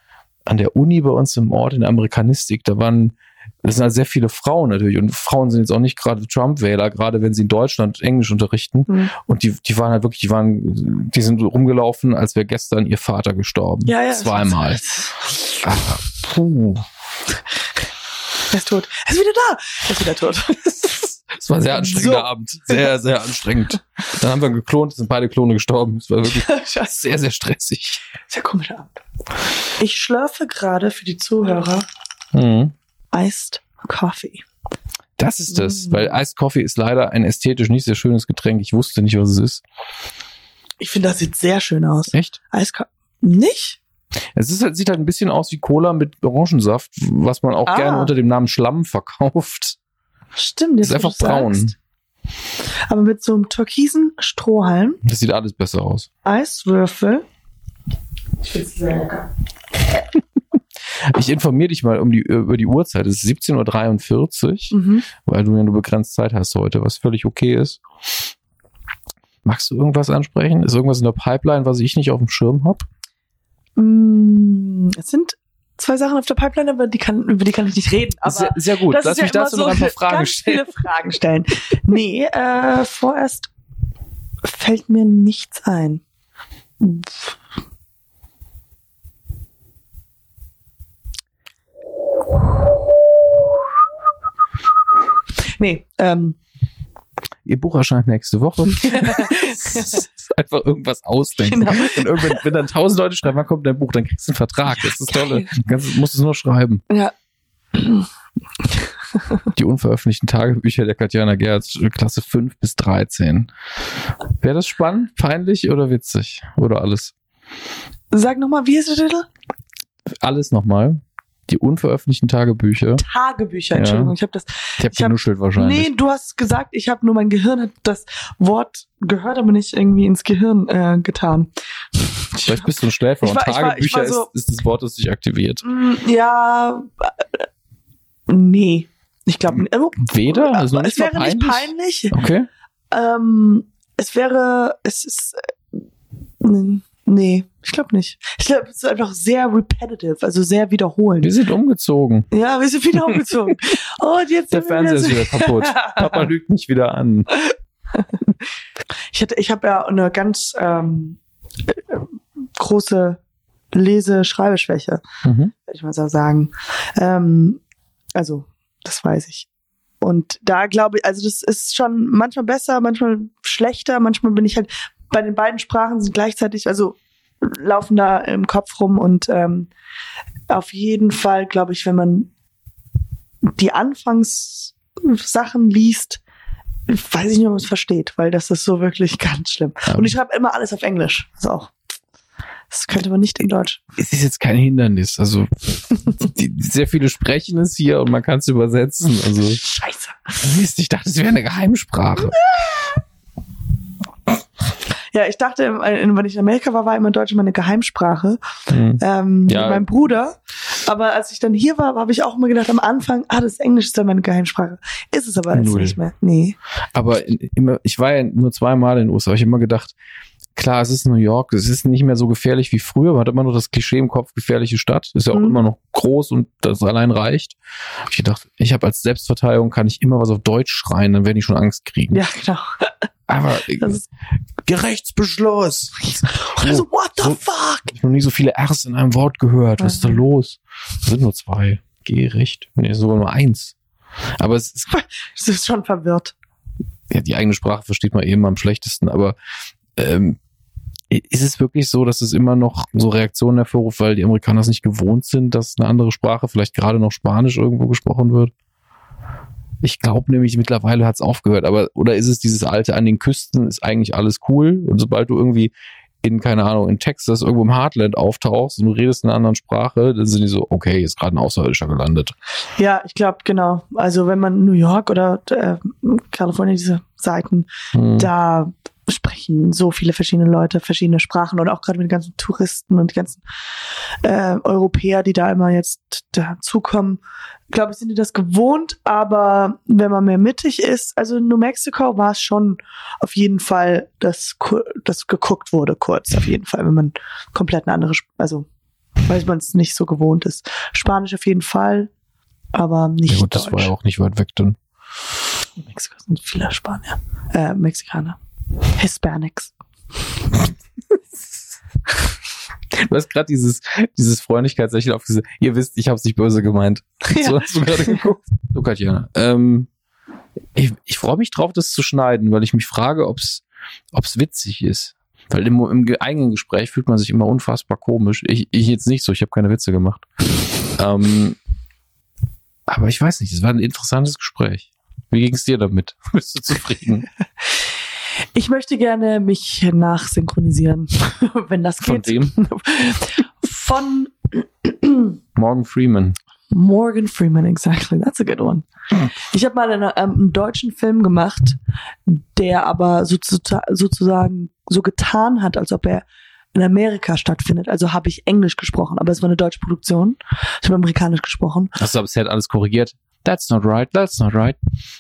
an der Uni bei uns im Ort in der Amerikanistik, da waren, das sind halt sehr viele Frauen natürlich und Frauen sind jetzt auch nicht gerade Trump-Wähler, gerade wenn sie in Deutschland Englisch unterrichten mhm. und die, die waren halt wirklich, die waren, die sind rumgelaufen, als wäre gestern ihr Vater gestorben. Ja, ja. Zweimal. Ach, puh. Er ist tot. Er ist wieder da. Er ist wieder tot. Es war ein sehr anstrengender so. Abend. Sehr, sehr anstrengend. Dann haben wir geklont, sind beide Klone gestorben. Es war wirklich sehr, sehr stressig. Sehr komischer Abend. Ich schlürfe gerade für die Zuhörer mhm. Iced Coffee. Das ist das, mhm. weil Iced Coffee ist leider ein ästhetisch nicht sehr schönes Getränk. Ich wusste nicht, was es ist. Ich finde, das sieht sehr schön aus. Echt? Iced Coffee. Nicht? Es ist halt, sieht halt ein bisschen aus wie Cola mit Orangensaft, was man auch ah. gerne unter dem Namen Schlamm verkauft. Stimmt, das ist einfach braun. Sagst. Aber mit so einem türkisen Strohhalm. Das sieht alles besser aus. Eiswürfel. Ich finde es sehr lecker. Ich informiere dich mal um die, über die Uhrzeit. Es ist siebzehn Uhr dreiundvierzig, mhm. weil du ja nur begrenzt Zeit hast heute, was völlig okay ist. Magst du irgendwas ansprechen? Ist irgendwas in der Pipeline, was ich nicht auf dem Schirm habe? Mm, es sind zwei Sachen auf der Pipeline, aber die kann, über die kann ich nicht reden. Aber sehr, sehr gut. Lass mich ja dazu so noch ein paar Fragen ganz stellen. Viele Fragen stellen. Nee, äh, vorerst fällt mir nichts ein. Nee, ähm. Ihr Buch erscheint nächste Woche. Einfach irgendwas ausdenken. Genau. Und irgendwann, wenn dann tausend Leute schreiben, wann kommt dein Buch, dann kriegst du einen Vertrag. Das ist toll. Du musst es nur schreiben. Ja. Die unveröffentlichten Tagebücher der Katjana Gerz, Klasse fünf bis dreizehn. Wäre das spannend, peinlich oder witzig? Oder alles? Sag nochmal, wie ist der Titel? Alles nochmal. Die unveröffentlichten Tagebücher. Tagebücher, Entschuldigung. Ja. Ich habe das. Ich habe genuschelt wahrscheinlich. Nee, du hast gesagt, ich habe nur mein Gehirn hat das Wort gehört, aber nicht irgendwie ins Gehirn äh, getan. Vielleicht bist du ein Schläfer und Tagebücher so, ist, ist das Wort, das sich aktiviert. Ja, äh, nee. Ich glaube nicht. Weder? Also noch es nicht wäre peinlich? nicht peinlich. Okay. Ähm, es wäre, es ist, äh, nee, ich glaube nicht. Ich glaube, es ist einfach sehr repetitive, also sehr wiederholend. Wir sind umgezogen. Ja, wir sind wieder umgezogen. Oh, und jetzt der Fernseher ist wieder kaputt. Papa lügt mich wieder an. Ich hatte, ich habe ja eine ganz ähm, große Lese-Schreibeschwäche, mhm. würde ich mal so sagen. Ähm, also, das weiß ich. Und da glaube ich, also das ist schon manchmal besser, manchmal schlechter, manchmal bin ich halt bei den beiden Sprachen sind gleichzeitig, also laufen da im Kopf rum und ähm, auf jeden Fall, glaube ich, wenn man die Anfangssachen liest, weiß ich nicht, ob man es versteht, weil das ist so wirklich ganz schlimm. Ja. Und ich schreibe immer alles auf Englisch. Also auch. Das könnte man nicht in Deutsch. Es ist jetzt kein Hindernis. Also die, sehr viele sprechen es hier und man kann es übersetzen. Also Scheiße. Mist, ich dachte, es wäre eine Geheimsprache. Ja, ich dachte, wenn ich in Amerika war, war immer Deutsch meine Geheimsprache. Mhm. Ähm, ja. Mit meinem Bruder. Aber als ich dann hier war, habe ich auch immer gedacht, am Anfang, ah, das Englisch ist dann meine Geheimsprache. Ist es aber jetzt nicht mehr. Nee. Aber immer, ich war ja nur zweimal in den U S A, habe ich immer gedacht, klar, es ist New York, es ist nicht mehr so gefährlich wie früher, man hat immer noch das Klischee im Kopf, gefährliche Stadt, ist ja auch mhm. immer noch groß und das allein reicht. Ich gedacht, ich habe als Selbstverteidigung, kann ich immer was auf Deutsch schreien, dann werde ich schon Angst kriegen. Ja, genau. Aber Gerichtsbeschluss. Also, what the so, fuck? Ich habe noch nie so viele R's in einem Wort gehört. Was ist da los? Es sind nur zwei. Gericht. Nee, sogar nur eins. Aber es ist... Es ist schon verwirrt. Ja, die eigene Sprache versteht man eben am schlechtesten, aber ähm, ist es wirklich so, dass es immer noch so Reaktionen hervorruft, weil die Amerikaner es nicht gewohnt sind, dass eine andere Sprache, vielleicht gerade noch Spanisch irgendwo gesprochen wird? Ich glaube nämlich, mittlerweile hat es aufgehört, aber oder ist es dieses alte, an den Küsten ist eigentlich alles cool und sobald du irgendwie in, keine Ahnung, in Texas irgendwo im Heartland auftauchst und du redest in einer anderen Sprache, dann sind die so, okay, ist gerade ein Außerirdischer gelandet. Ja, ich glaube, genau. Also wenn man New York oder äh, Kalifornien, diese Seiten, hm. da sprechen so viele verschiedene Leute, verschiedene Sprachen und auch gerade mit den ganzen Touristen und die ganzen äh, Europäer, die da immer jetzt dazukommen, glaube ich, sind die das gewohnt, aber wenn man mehr mittig ist, also in New Mexico war es schon auf jeden Fall, dass das geguckt wurde kurz, auf jeden Fall, wenn man komplett eine andere, also weil man es nicht so gewohnt ist. Spanisch auf jeden Fall, aber nicht Ja gut, Deutsch. das war ja auch nicht weit weg dann. In Mexiko sind viele Spanier, äh, Mexikaner, Hispanics. Du hast gerade dieses, dieses Freundlichkeitslächeln aufgesehen. Ihr wisst, ich habe es nicht böse gemeint. Ja. So hast du gerade geguckt. So, Katjana. Ähm, ich ich freue mich drauf, das zu schneiden, weil ich mich frage, ob es witzig ist. Weil im, im eigenen Gespräch fühlt man sich immer unfassbar komisch. Ich, ich jetzt nicht so, ich habe keine Witze gemacht. ähm, aber ich weiß nicht, es war ein interessantes Gespräch. Wie ging es dir damit? Bist du zufrieden? Ich möchte gerne mich nachsynchronisieren, wenn das Von geht. wem? Von Morgan Freeman. Morgan Freeman, exactly. That's a good one. Ich habe mal einen, ähm, einen deutschen Film gemacht, der aber sozusagen, sozusagen so getan hat, als ob er in Amerika stattfindet. Also habe ich Englisch gesprochen, aber es war eine deutsche Produktion. Ich habe Amerikanisch gesprochen. Hast du aber bisher alles korrigiert? That's not right, that's not right.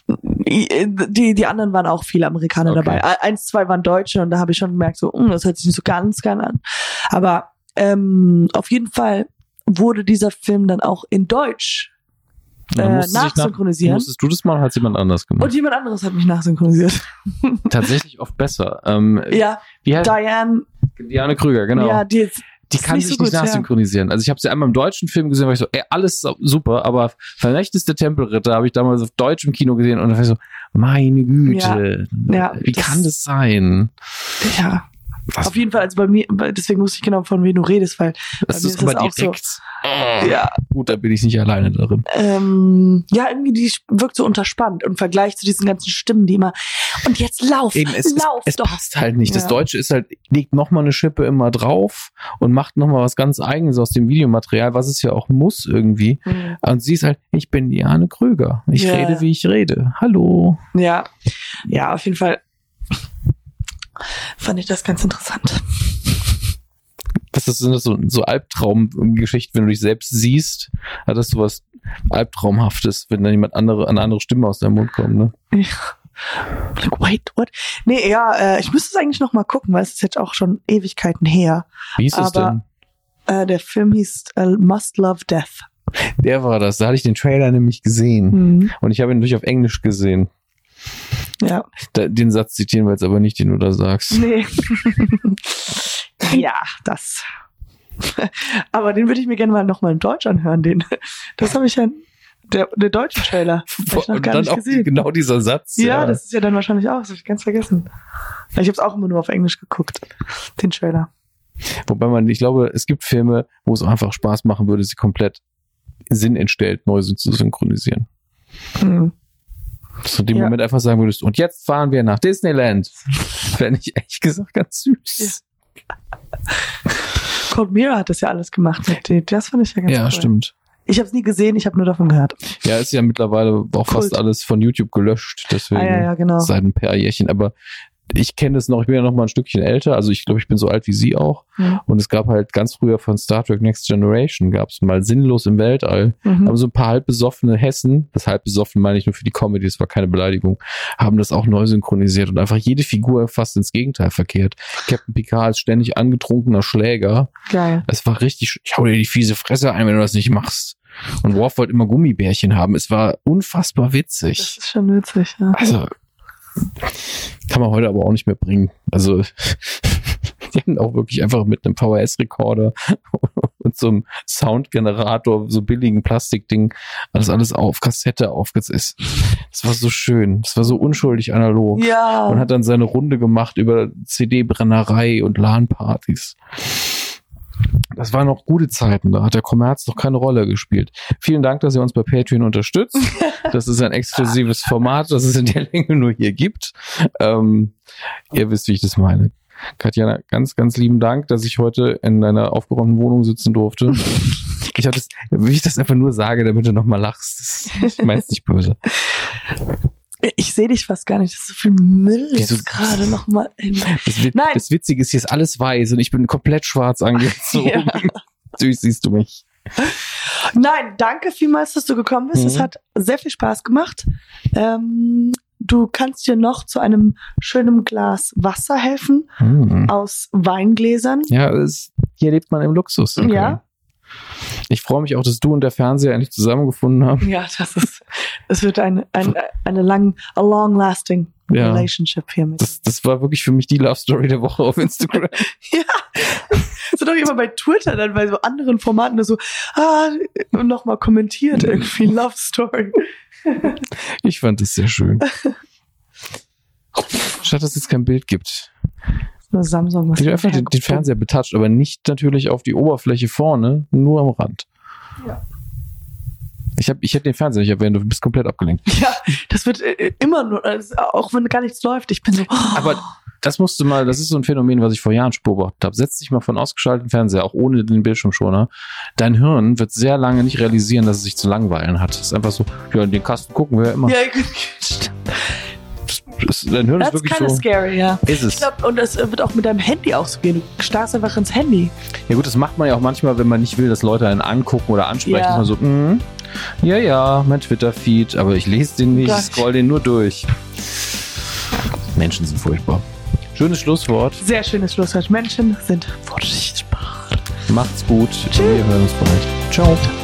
Die, die anderen waren auch viele Amerikaner Okay. dabei. Eins, zwei waren Deutsche und da habe ich schon gemerkt, so, mh, das hört sich nicht so ganz geil an. Aber ähm, auf jeden Fall wurde dieser Film dann auch in Deutsch Dann äh, musstest du dich nachsynchronisieren. Nach, musstest du das machen, hat jemand anders gemacht? Und jemand anderes hat mich nachsynchronisiert. Tatsächlich oft besser. Ähm, Ja, wie heißt Diane, Diane Krüger, genau. ja, die jetzt die ist kann nicht sich so nicht gut, ja. nachsynchronisieren. Also ich habe sie einmal im deutschen Film gesehen, war ich so, ey, alles so- super, aber Vermächtnis der Tempelritter habe ich damals auf Deutsch im Kino gesehen und da war ich so, meine Güte, Ja, ja, wie das- kann das sein? Ja, Was, auf jeden Fall, also bei mir, weil- deswegen wusste ich genau, von wem du redest, weil bei das mir ist ist das aber auch so. direkt. Oh, Ja, gut, da bin ich nicht alleine darin. ähm, ja, irgendwie die wirkt so unterspannt im Vergleich zu diesen ganzen Stimmen, die immer, und jetzt lauf, Eben, es, es, lauf es doch. passt halt nicht. Das Ja. Deutsche ist halt, legt nochmal eine Schippe immer drauf und macht nochmal was ganz Eigenes aus dem Videomaterial, was es ja auch muss irgendwie. Mhm. Und sie ist halt, ich bin Diane Krüger. Ich Ja. rede, wie ich rede. Hallo. Ja, ja, auf jeden Fall fand ich das ganz interessant. Was ist das, so, so Albtraumgeschichten, wenn du dich selbst siehst? Hattest du was Albtraumhaftes, wenn dann jemand andere, eine andere Stimme aus deinem Mund kommt, ne? Ja. Like, wait, what? Nee, ja, äh, ich müsste es eigentlich noch mal gucken, weil es ist jetzt auch schon Ewigkeiten her. Wie hieß es Aber- denn? Äh, der Film hieß äh, Must Love Death. Der war das. Da hatte ich den Trailer nämlich gesehen. Mhm. Und ich habe ihn natürlich auf Englisch gesehen. Ja. Da, den Satz zitieren wir jetzt aber nicht, den du da sagst. Nee. Ja, das. Aber den würde ich mir gerne mal nochmal in Deutsch anhören. Den, das habe ich ja, der, der deutsche Trailer. Hab ich noch Und gar dann nicht auch gesehen. genau dieser Satz. Ja, das ist ja dann wahrscheinlich auch. Das habe ich ganz vergessen. Ich habe es auch immer nur auf Englisch geguckt, den Trailer. Wobei man, ich glaube, es gibt Filme, wo es einfach Spaß machen würde, sie komplett Sinn entstellt, neu zu synchronisieren. Mhm. Dass du in dem Ja. Moment einfach sagen würdest, und jetzt fahren wir nach Disneyland. Fände ich ehrlich gesagt ganz süß. Cold Mirror hat das ja alles gemacht. Mit dem. Das fand ich ja ganz Ja, cool. stimmt. Ich habe es nie gesehen, ich habe nur davon gehört. Ja, ist ja mittlerweile auch fast Kult. alles von YouTube gelöscht, deswegen Ah, ja, ja, genau. seit ein paar Jährchen. Aber ich kenne das noch, ich bin ja noch mal ein Stückchen älter, also ich glaube, ich bin so alt wie sie auch. Mhm. Und es gab halt ganz früher von Star Trek Next Generation, gab es mal Sinnlos im Weltall. Mhm. Aber so ein paar halbbesoffene Hessen, das halbbesoffen meine ich nur für die Comedy, das war keine Beleidigung, haben das auch neu synchronisiert und einfach jede Figur fast ins Gegenteil verkehrt. Captain Picard ist ständig angetrunkener Schläger. Geil. Es war richtig, ich hau dir die fiese Fresse ein, wenn du das nicht machst. Und Worf wollte immer Gummibärchen haben. Es war unfassbar Das witzig. ist schon witzig, ja. Also, kann man heute aber auch nicht mehr bringen. Also, die haben auch wirklich einfach mit einem V H S-Rekorder und so einem Soundgenerator, so billigen Plastikding, alles alles auf Kassette aufgesetzt. Das war so schön. Das war so unschuldig analog. Ja. Und hat dann seine Runde gemacht über C D-Brennerei und LAN-Partys. Das waren noch gute Zeiten, da hat der Kommerz noch keine Rolle gespielt. Vielen Dank, dass ihr uns bei Patreon unterstützt. Das ist ein exklusives Format, das es in der Länge nur hier gibt. Ähm, ihr wisst, wie ich das meine. Katjana, ganz, ganz lieben Dank, dass ich heute in deiner aufgeräumten Wohnung sitzen durfte. Ich hatte das, wie ich das einfach nur sage, damit du nochmal lachst. Ich mein's nicht böse. Ich sehe dich fast gar nicht. Das ist so viel Müll Wieso? jetzt gerade nochmal. Das, Wit- Nein. das Witzige ist, hier ist alles weiß und ich bin komplett schwarz angezogen. Ja. Natürlich siehst du mich. Nein, danke vielmals, dass du gekommen bist. Es Mhm. hat sehr viel Spaß gemacht. Ähm, du kannst dir noch zu einem schönen Glas Wasser helfen Hm. aus Weingläsern. Ja, es, hier lebt man im Luxus. Okay. Ja. Ich freue mich auch, dass du und der Fernseher endlich zusammengefunden haben. Ja, das ist, es wird ein, ein, eine lang, a long-lasting Ja. relationship hier mit. Das, das war wirklich für mich die Love Story der Woche auf Instagram. Ja. So doch immer bei Twitter dann bei so anderen Formaten so, ah, nochmal kommentiert irgendwie Love Story. Ich fand das sehr schön. Statt dass es jetzt kein Bild gibt. Nur Samsung, was Ich einfach den, den Fernseher betatscht, aber nicht natürlich auf die Oberfläche vorne, nur am Rand. Ja. Ich, hab, ich hätte den Fernseher nicht erwähnt, du bist komplett abgelenkt. Ja, das wird äh, immer nur, also auch wenn gar nichts läuft, ich bin so. Oh. Aber das musst du mal, das ist so ein Phänomen, was ich vor Jahren beobachtet habe. Setz dich mal von ausgeschalteten Fernseher, auch ohne den Bildschirmschoner. Dein Hirn wird sehr lange nicht realisieren, dass es sich zu langweilen hat. Es ist einfach so, ja, in den Kasten gucken wir ja immer. Ja, Das, dein Hirn das ist wirklich kind of so. scary, ja. Ist es. Ich glaube, und das wird auch mit deinem Handy auch so gehen. Du starrst einfach ins Handy. Ja gut, das macht man ja auch manchmal, wenn man nicht will, dass Leute einen angucken oder ansprechen. Ja. Ist man so, mm, ja, ja, mein Twitter-Feed, aber ich lese den nicht, ich Gott. scroll den nur durch. Menschen sind furchtbar. Schönes Schlusswort. Sehr schönes Schlusswort. Menschen sind furchtbar. Macht's gut. Wir hören uns bald. Ciao.